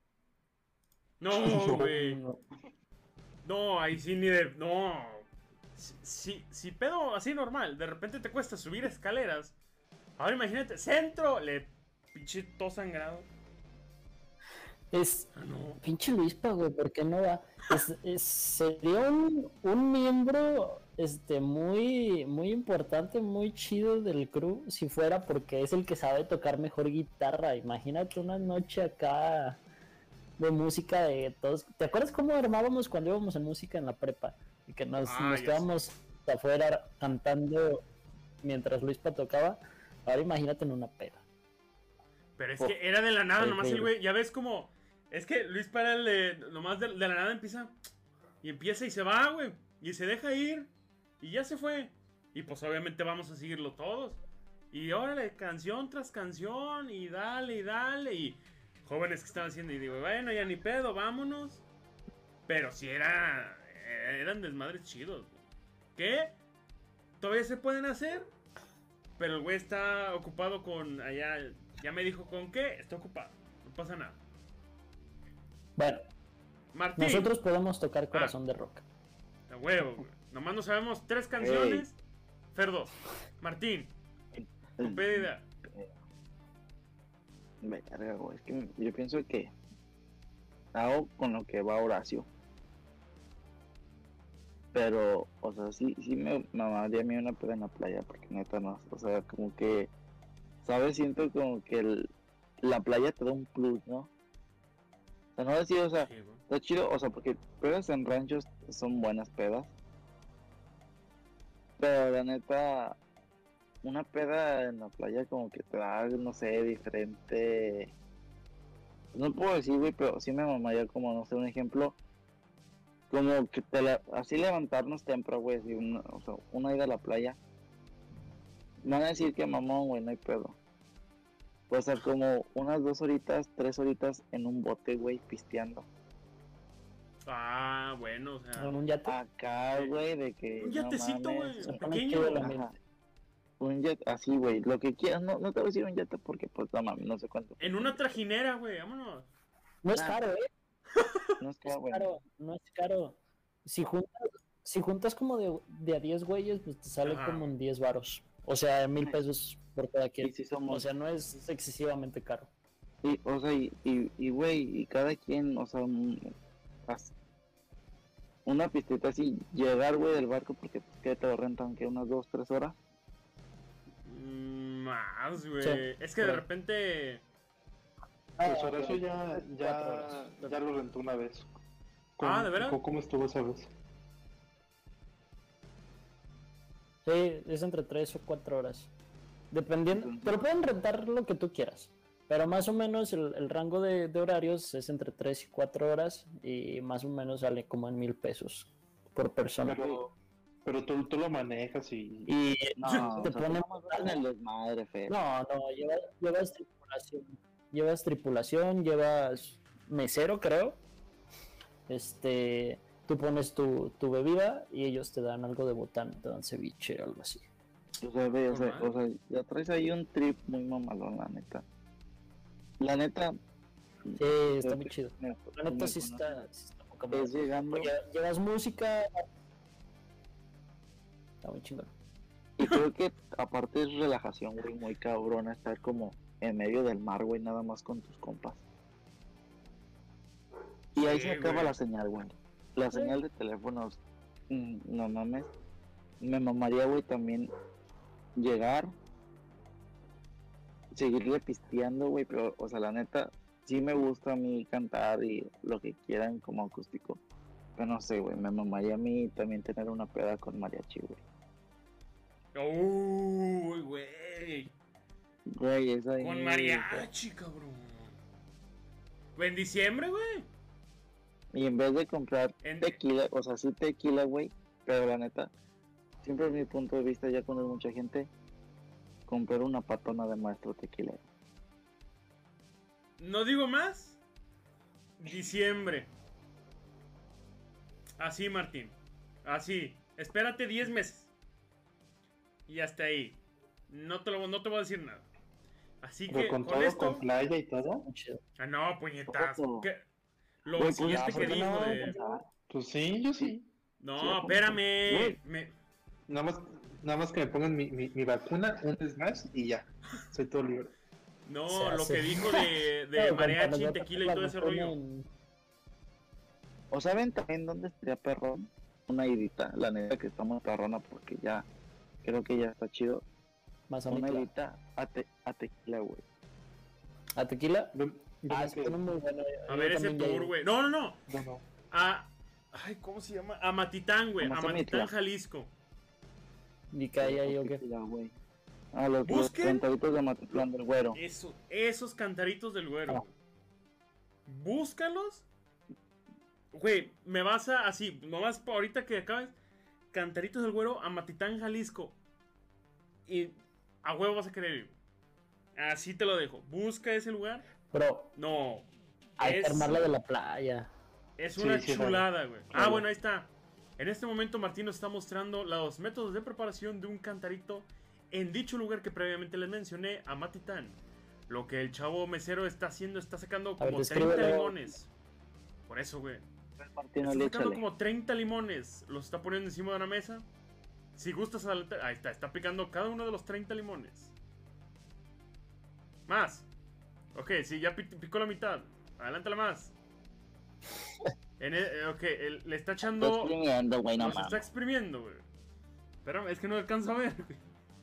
No, güey.
No.
No, ahí sí ni de. No. Si, si, si pedo así normal, de repente te cuesta subir escaleras. Ahora imagínate, centro, le pinche todo sangrado.
Es
Ah, no.
pinche Luispa, güey, ¿por qué no va? Es, es- sería un, un miembro este muy muy importante, muy chido del crew si fuera porque es el que sabe tocar mejor guitarra. Imagínate una noche acá de música de todos. ¿Te acuerdas cómo armábamos cuando íbamos en música en la prepa? Y que nos,
Ah,
nos
ya
quedábamos afuera cantando mientras Luispa tocaba. Ahora imagínate en una peda.
Pero es
Oh,
que era de la nada, nomás el
increíble.
güey. Ya ves como. Es que Luis para el de. Nomás de, de la nada empieza. Y empieza y se va, güey. Y se deja ir. Y ya se fue. Y pues obviamente vamos a seguirlo todos. Y órale, canción tras canción. Y dale, y dale. Y jóvenes que están haciendo. Y digo, bueno, ya ni pedo, vámonos. Pero si era. Eran desmadres chidos, güey. ¿Qué? Todavía se pueden hacer. Pero el güey está ocupado con allá. Ya me dijo con qué. Está ocupado. No pasa nada.
Bueno,
Martín.
Nosotros podemos tocar Corazón de Roca.
A huevo, güey. Nomás no sabemos tres canciones. Fer dos. Martín. Tu pedida.
Verga, güey. Es que yo pienso que hago con lo que va Horacio. Pero, o sea, sí, sí me mamaría a mí una peda en la playa, porque neta no, o sea, como que, ¿sabes? Siento como que el, la playa te da un plus, ¿no? O sea, no decir, o sea,
Sí, güey.
está chido, o sea, porque pedas en ranchos son buenas pedas. Pero la neta, una peda en la playa como que te da, no sé, diferente. No puedo decir, güey, pero sí me mamaría como, no sé, un ejemplo. Como que te la, así levantarnos temprano, güey, así una, o sea, una ida a la playa. Van a decir que mamón, güey, no hay pedo. O sea, como unas dos horitas, tres horitas en un bote, güey, pisteando.
Ah, bueno, o sea.
Con un yate.
Acá,
Sí.
güey, de que.
Un
no
yatecito,
mames,
güey.
Se pone
Pequeño.
chido el
Ajá.
ambiente.
Un jet, así, güey, lo que quieras, no, no te voy a decir un yate porque, pues, no mames, no sé cuánto.
En una trajinera, güey. Vámonos.
No es
Nah.
caro, ¿eh?
No es
No es
caro, güey.
caro, no es caro. Si juntas, si juntas como de, de a diez güeyes, pues te sale
Ajá.
como en diez varos. O sea, mil pesos por cada
Y
quien.
si somos,
O sea, no es excesivamente caro.
y, o sea, y, y, y, güey, y cada quien, o sea, un- as- una pistita así, llegar, güey, del barco, porque, pues, que te lo rentan, que unas dos, tres horas.
Mm, Más, güey.
Sí,
Es que de
por ahí.
repente.
Pues
Ah,
Horacio ya,
cuatro
ya,
horas.
ya lo rentó una vez.
Ah, ¿de veras?
¿Cómo, cómo estuvo esa vez?
Sí, es entre tres o cuatro horas. Dependiendo, pero pueden rentar lo que tú quieras. Pero más o menos el, el rango de, de horarios es entre tres y cuatro horas y más o menos sale como en mil pesos por persona.
Pero, pero tú, tú lo manejas y...
Y
No,
te
o sea,
ponen...
tú nomás vas en el desmadre, fe.
No, no, llevas, llevas tripulación. Llevas tripulación, llevas mesero, creo. Este, tú pones tu, tu bebida y ellos te dan algo de botana, te dan ceviche o algo así.
O sea, ve, o sea,
Normal.
o sea, ya traes ahí un trip muy mamalón, la neta. La neta,
Sí, está muy chido.
me-
La neta
me
sí
conoces,
está, sí está poca madre.
es llegando,
Lle- Llevas música. Está muy chingón.
y creo que aparte es relajación, güey, muy cabrona estar como en medio del mar, güey, nada más con tus compas. Y ahí
Sí,
se acaba
güey.
la señal, güey. La señal de teléfonos, mm, no mames. Me mamaría, güey, también llegar, seguirle pisteando, güey, pero, o sea, la neta, sí me gusta a mí cantar y lo que quieran como acústico. Pero no sé, güey, me mamaría a mí también tener una peda con mariachi, güey.
Uy, güey.
Güey, esa ahí,
Con mariachi, cabrón. En diciembre, güey.
Y en vez de comprar
En-
tequila, o sea, sí tequila, güey, pero la neta, siempre es mi punto de vista, ya cuando hay mucha gente, comprar una patona de maestro tequila.
No digo más. Diciembre. Así, Martín. Así. Espérate diez meses. Y hasta ahí. No te, lo, no te voy a decir nada. Así
Pero
que
con
con
todo,
esto.
con playa y todo.
Muy chido.
Ah, no, puñetas.
Ojo.
¿Qué? Lo
Güey, pues,
siguiente
¿por
que
qué
dijo
no?
de.
Pues sí, yo sí.
No,
Sí,
espérame.
güey.
Me-
Nada más, nada más que me pongan mi, mi, mi vacuna un mes más y ya. Soy todo libre.
No,
Se
lo
hace.
que dijo de, de
Claro,
mariachi,
cuando ya te
tequila y
la
todo ese
ponen-
rollo.
O saben también dónde estaría perrón, una idita, la neta que estamos perrona porque ya, creo que ya está chido. Una
Mazamitla.
idita a, te, a tequila, güey.
¿A tequila?
Ven- ven
Ah,
que-
se pone muy bueno.
A
Yo
ver ese
también ya
tour,
iba.
güey. No, no, no.
no, no.
A. Ay, ¿cómo se llama? A Matitán, güey.
A
A
Mazamitla.
Matitán, Jalisco.
¿Y qué hay ahí o qué?
Tequila, güey. A los, los
Busquen.
cantaditos de Matitlán del Güero.
Eso, esos cantaritos del güero.
Ah.
güey. Búscalos. Güey, me vas a. Así, nomás pa- ahorita que acabes. Cantaritos del güero a Matitán, Jalisco. Y a huevo vas a querer ir. Así te lo dejo. Busca ese lugar.
Pero
No.
hay que
Es,
armarla de la playa.
es
Sí,
una
sí,
chulada, güey. Ah,
Claro.
bueno, ahí está. En este momento Martín nos está mostrando los métodos de preparación de un cantarito en dicho lugar que previamente les mencioné, a Matitán. Lo que el chavo mesero está haciendo, está sacando
ver,
como treinta
descríbelo.
limones. Por eso, güey.
Martín,
Está sacando
échale.
como treinta limones. Los está poniendo encima de una mesa. Si gustas adelantar. Ahí está, está picando cada uno de los treinta limones. Más. Ok, sí, ya pi- picó la mitad. Adelántala más. En el- ok, él- le está
Está
echando.
exprimiendo, güey, no
Los está
mames.
exprimiendo, güey. Espérame, es que no alcanzo a ver, güey.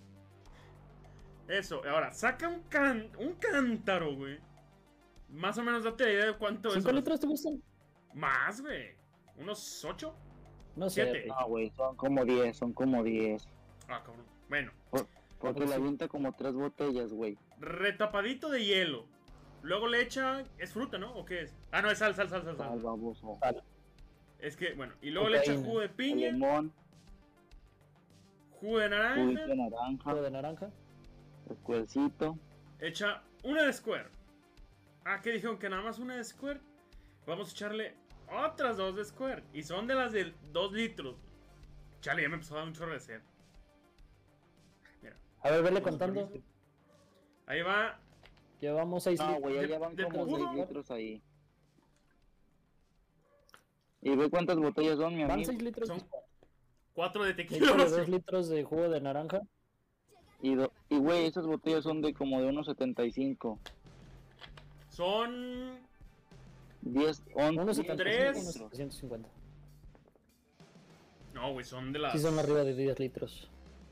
Eso, ahora, saca un can un cántaro, güey. Más o menos date la idea de cuánto es.
¿Cinco litros te gustan?
Más, güey. ¿Unos ocho?
No sé.
Siete.
güey.
No, güey, son como diez, son como diez.
Ah, cabrón. Bueno,
Porque le avienta como tres botellas, güey.
retapadito de hielo. Luego le echa. ¿Es fruta, no? ¿O qué es? Ah, no, es sal, sal, sal, sal.
Al
sal.
baboso.
Es que, bueno. Y luego le echa
Cocaína.
jugo de
El
piña,
limón,
jugo de naranja.
juguito de naranja,
Jugo de naranja.
escuercito.
Echa una de Square. Ah, ¿qué dijeron? Que nada más una de Square. Vamos a echarle otras dos de Square. Y son de las de dos litros. Chale, ya me empezó a dar un chorro de sed. Mira,
A ver, vele contando.
ahí va.
Llevamos seis
No,
litros.
güey,
de-
ya van
de
como
puro-
seis litros ahí. ¿Y ve cuántas botellas son, mi
Van
amigo?
seis litros.
Son cuatro de
Échale
tequila.
dos litros de jugo de naranja.
Y, do- y güey, esas botellas son de como de unos setenta y cinco.
Son.
diez, once,
Unos
diez
setenta y
Tres.
cinco, unos setecientos cincuenta.
No, güey, son de las.
Sí, son arriba de diez litros.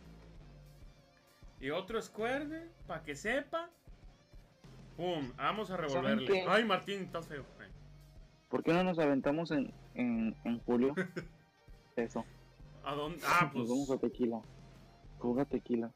Y otro Square, güey, para que sepa. Pum, vamos a
¿Saben
revolverle.
qué?
Ay, Martín, estás feo. Ay.
¿Por qué no nos aventamos en, en, en julio? Eso.
¿A dónde? Ah, pues.
Nos vamos a tequila. Juga tequila.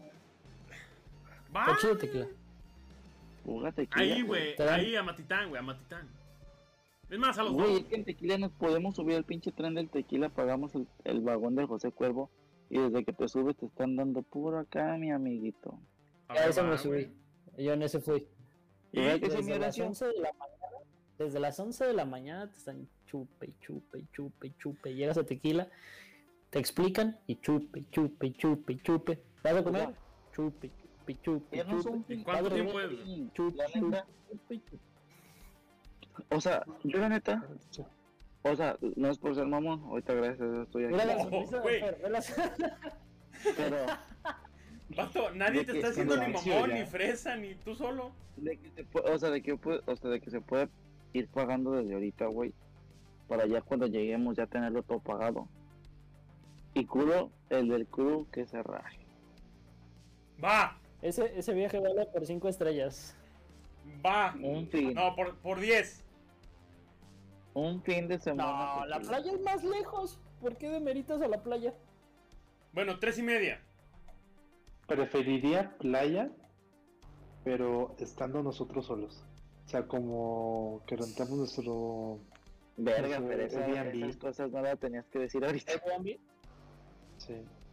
Va.
Está chido tequila.
Juga tequila.
Ahí, güey.
Te dan-
Ahí, a Matitán, güey, a Matitán. Es más, a los
Güey,
dos.
es que en tequila nos podemos subir al pinche tren del tequila, pagamos el, el vagón del José Cuervo y desde que te subes te están dando puro acá, mi amiguito.
A
Ya
ver,
eso
va,
me subí.
güey.
Yo en ese fui.
Y
¿Verdad que sí, mi
Desde las
Horacio?
once de la mañana. Desde las once de la mañana te están chupe y chupe y chupe y chupe. Llegas a tequila, te explican y chupe y chupe y chupe y chupe. ¿Vas a comer? Chupe, chupe, chupe,
Ya no son
chupe.
¿Y cuánto
Vas a
tiempo
beber,
es?
Sí,
chupe,
la neta,
chupe, chupe.
o sea, yo la neta, o sea, no es por ser mamón, ahorita gracias a Dios estoy
Mira la
aquí,
No,
sonrisa de
güey.
Fer, ve la-
pero
Vato, nadie
De
te
que
está haciendo ni
cansancio
mamón,
ya.
ni fresa, ni tú solo.
de que se puede, o sea, de que puede, o sea, de que se puede ir pagando desde ahorita, güey, para ya cuando lleguemos ya tenerlo todo pagado. Y culo, el del culo que se raje.
Va,
Ese, ese viaje vale por cinco estrellas.
va.
Un fin,
No, por, por diez.
un fin de semana.
No, la
tequila.
playa es más lejos. ¿Por qué demeritas a la playa?
Bueno, tres y media.
Preferiría playa, pero estando nosotros solos. O sea, como que rentamos nuestro...
Verga,
Eso,
pero esa-
Airbnb.
esas cosas no las tenías que decir ahorita.
Sí.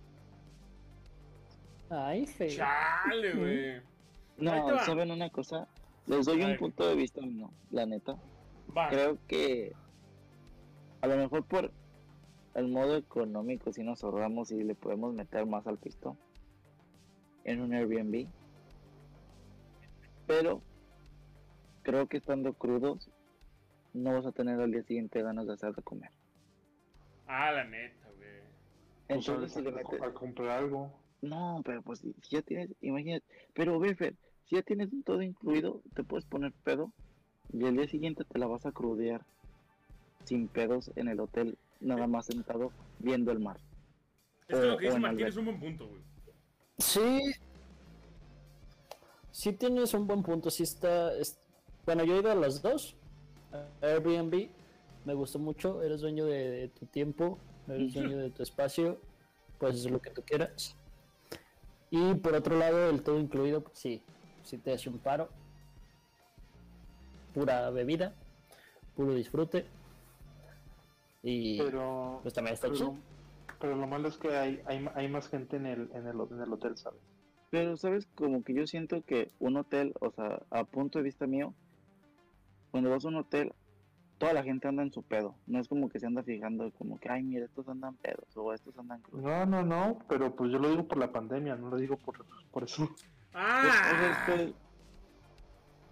Ay, fe.
Chale, güey. Ahí te
No,
va.
¿saben una cosa? Les doy
A
un
ver.
punto de vista, no, la neta.
Va.
Creo que a lo mejor por el modo económico si nos ahorramos y le podemos meter más al pisto en un Airbnb. Pero creo que estando crudos no vas a tener al día siguiente ganas de hacer de comer.
Ah, la neta, güey.
Entonces
Entonces,
si le
a,
metes...
a comprar algo.
No, pero pues si si ya tienes, imagínate, pero ve, Fer, si ya tienes todo incluido, te puedes poner pedo y al día siguiente te la vas a crudear sin pedos en el hotel, nada más sentado viendo el mar.
Es que
O-
lo que
o
dice
en
Martín
alberca.
es un buen punto, güey.
Sí. Sí tienes un buen punto. Sí está, es- Bueno, yo he ido a las dos. A Airbnb. Me gustó mucho. Eres dueño de, de tu tiempo. Eres dueño de tu espacio. Puedes hacer lo que tú quieras. Y por otro lado, el todo incluido, pues sí. Sí te hace un paro. Pura bebida. Puro disfrute. Y
Pero,
pues también está
pero,
chido.
pero lo malo es que hay, hay, hay más gente en el, en, el, en el hotel, ¿sabes?
Pero, ¿sabes? Como que yo siento que un hotel, o sea, a punto de vista mío, cuando vas a un hotel, toda la gente anda en su pedo. No es como que se anda fijando como que, ay, mira, estos andan pedos o estos andan crudos.
No, no, no, pero pues yo lo digo por la pandemia, no lo digo por, por eso.
Pues, o sea,
¡Ah!
es que-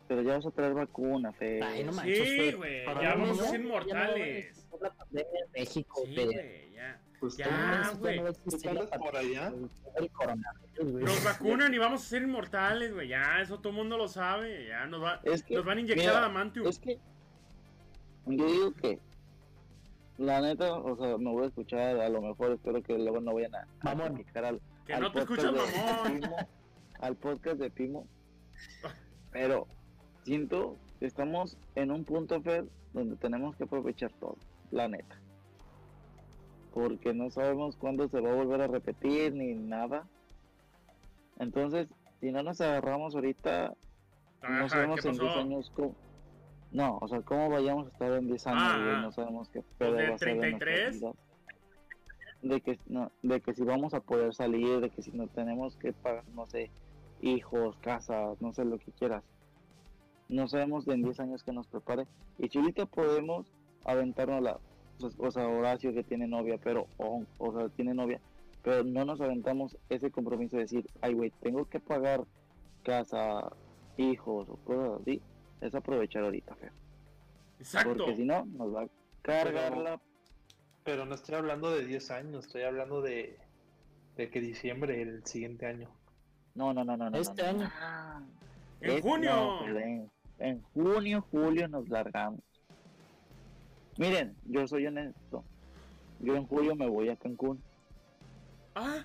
pero ya vas a traer vacuna, Fer.
Ay, no manches,
Sí,
Fer.
güey,
Para
ya
mí
vamos a
no,
ser
ya no
inmortales.
va a existir la pandemia en México,
Sí,
Fer.
güey, ya.
Pues
Ya,
tú,
Ya
güey.
no va a
¿tú
existir la
andas por
pandemia,
allá?
güey, el coronavirus, güey.
Nos vacunan y vamos a ser inmortales, güey. Ya, eso todo el mundo lo sabe. Ya nos, va,
Es que,
nos van a inyectar
mira,
adamantium.
Es que yo digo que la neta, o sea, me voy a escuchar, a lo mejor espero que luego no vayan a, a
Mamón.
criticar al,
Que
al
no te
podcast
escuchas,
de
mamón.
Pimo, al podcast de Pimo, pero siento que estamos en un punto, Fer, donde tenemos que aprovechar todo, la neta, porque no sabemos cuándo se va a volver a repetir ni nada. Entonces, si no nos agarramos ahorita, no
Ajá,
sabemos
¿qué
en diez
pasó?
años cómo. No, o sea, cómo vayamos a estar en diez años,
Ah,
güey,
ah.
no sabemos qué pedo
¿de
va a ser de nuestra
treinta y tres?
vida. De que, no, de que si vamos a poder salir, de que si no tenemos que pagar, no sé, hijos, casas, no sé, lo que quieras. No sabemos de en diez años que nos prepare. Y si ahorita podemos aventarnos la, pues, o sea, Horacio que tiene novia, pero, o, o sea, tiene novia, pero no nos aventamos ese compromiso de decir, ay, güey, tengo que pagar casa, hijos o cosas así, es aprovechar ahorita, Fer.
Exacto.
Porque si no, nos va a cargar
Pero-
la...
Pero no estoy hablando de diez años, estoy hablando de, de que diciembre, el siguiente año.
No, no, no, no, no.
Este
no, no.
año.
Ah,
En
es-
junio.
no, Fer, en, en junio, julio nos largamos. Miren, yo soy honesto. Yo en julio me voy a Cancún.
Ah.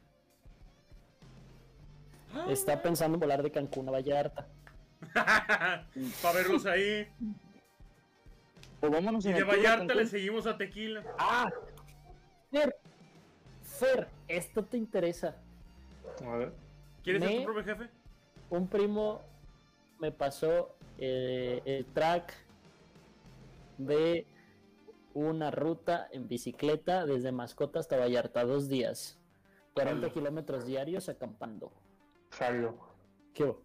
Ah.
Está pensando en volar de Cancún a Vallarta.
Para verlos ahí.
O vámonos
Y
en
de
el tour a
Vallarta
Cancún.
le seguimos a Tequila.
¡Ah! Fer, Fer, esto te interesa.
A ver.
¿Quieres ser
Me-
tu propio jefe?
Un primo me pasó eh, el track de una ruta en bicicleta desde Mascota hasta Vallarta, dos días. cuarenta
Jalo.
kilómetros diarios acampando.
Jalo.
¿Qué hubo?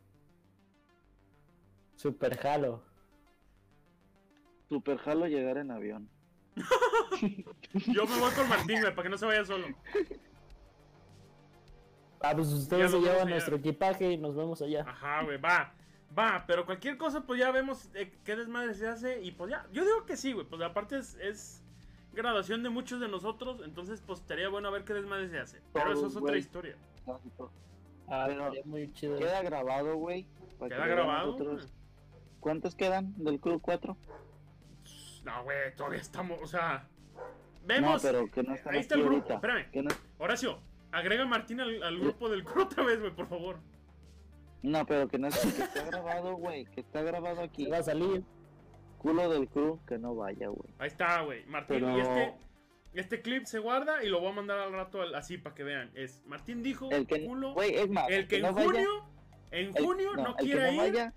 Super jalo.
Super jalo llegar en avión.
Yo me voy con Martín, güey, para que no se vaya solo.
Ah, pues
Ya
ustedes
nos
se
vemos
llevan
allá.
nuestro equipaje y nos vemos allá.
Ajá, güey, va. Va, pero cualquier cosa, pues ya vemos eh, qué desmadre se hace. Y pues ya, yo digo que sí, güey. Pues aparte es, es graduación de muchos de nosotros. Entonces, pues estaría bueno ver qué desmadre se hace. Pero
Todos,
eso es otra
güey.
historia.
Ah,
Pero
estaría muy chido.
Queda grabado, güey. para que
Queda
lo vean
grabado.
nosotros. ¿Cuántos quedan del club? ¿Cuatro?
No, güey, todavía estamos, o sea.
No,
Vemos.
pero que no están
Ahí está
aquí
el grupo.
ahorita.
Espérame.
Que no...
Horacio, agrega a Martín al, al grupo del crew otra vez, güey, por favor.
no, pero que no es que está grabado, güey. Que está grabado aquí.
Va a salir.
Culo del club, que no vaya, güey.
Ahí está, güey. Martín,
Pero-
y este. Este clip se guarda y lo voy a mandar al rato al- así para que vean. Es Martín dijo,
El que,
culo,
güey, es más,
el que en
no vaya-
junio, en
el-
junio no,
el que
quiera
no
ir,
vaya,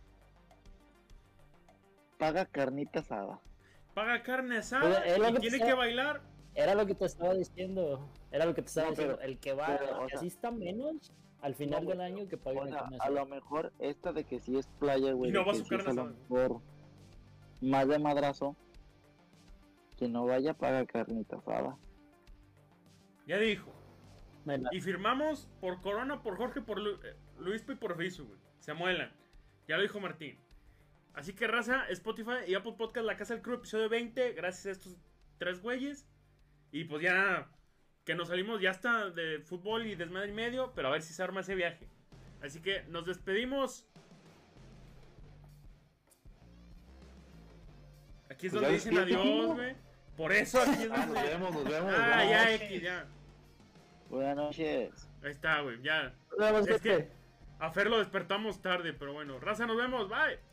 paga carnita asada.
paga carne asada
Pues, es lo
y
que
tiene
te-
que bailar.
Era lo que te estaba diciendo. Era lo que te estaba
No, pero-
diciendo. El que va,
pero, o
el que
sea-
asista menos al final
No,
del
güey,
año que pague
O
una
sea,
carne
a
asada.
lo mejor esta de que sí es playa, güey.
Y no
de
va
que
su
sí
carne
es a lo
asada.
mejor más de madrazo. Que no vaya, paga carnita asada.
Ya dijo.
Me la-
Y firmamos por Corona, por Jorge, por Lu eh, Luispo y por Fisu, güey. Se amuelan. Ya lo dijo Martín. Así que raza, Spotify y Apple Podcast, La Casa del Crew, episodio veinte. Gracias a estos tres güeyes. Y pues ya que nos salimos ya está de fútbol y desmadre y medio. Pero a ver si se arma ese viaje. Así que nos despedimos. Aquí es
Pues
donde
ya
dicen
despídete,
adiós,
¿no?
güey. Por eso aquí es
Ah, nos
donde...
vemos, nos vemos. nos
Ah,
vemos.
ya, X, ya.
Buenas noches.
Ahí está, güey, ya.
Nos vemos,
Es
gente.
que a Fer lo despertamos tarde, pero bueno. Raza, nos vemos, bye.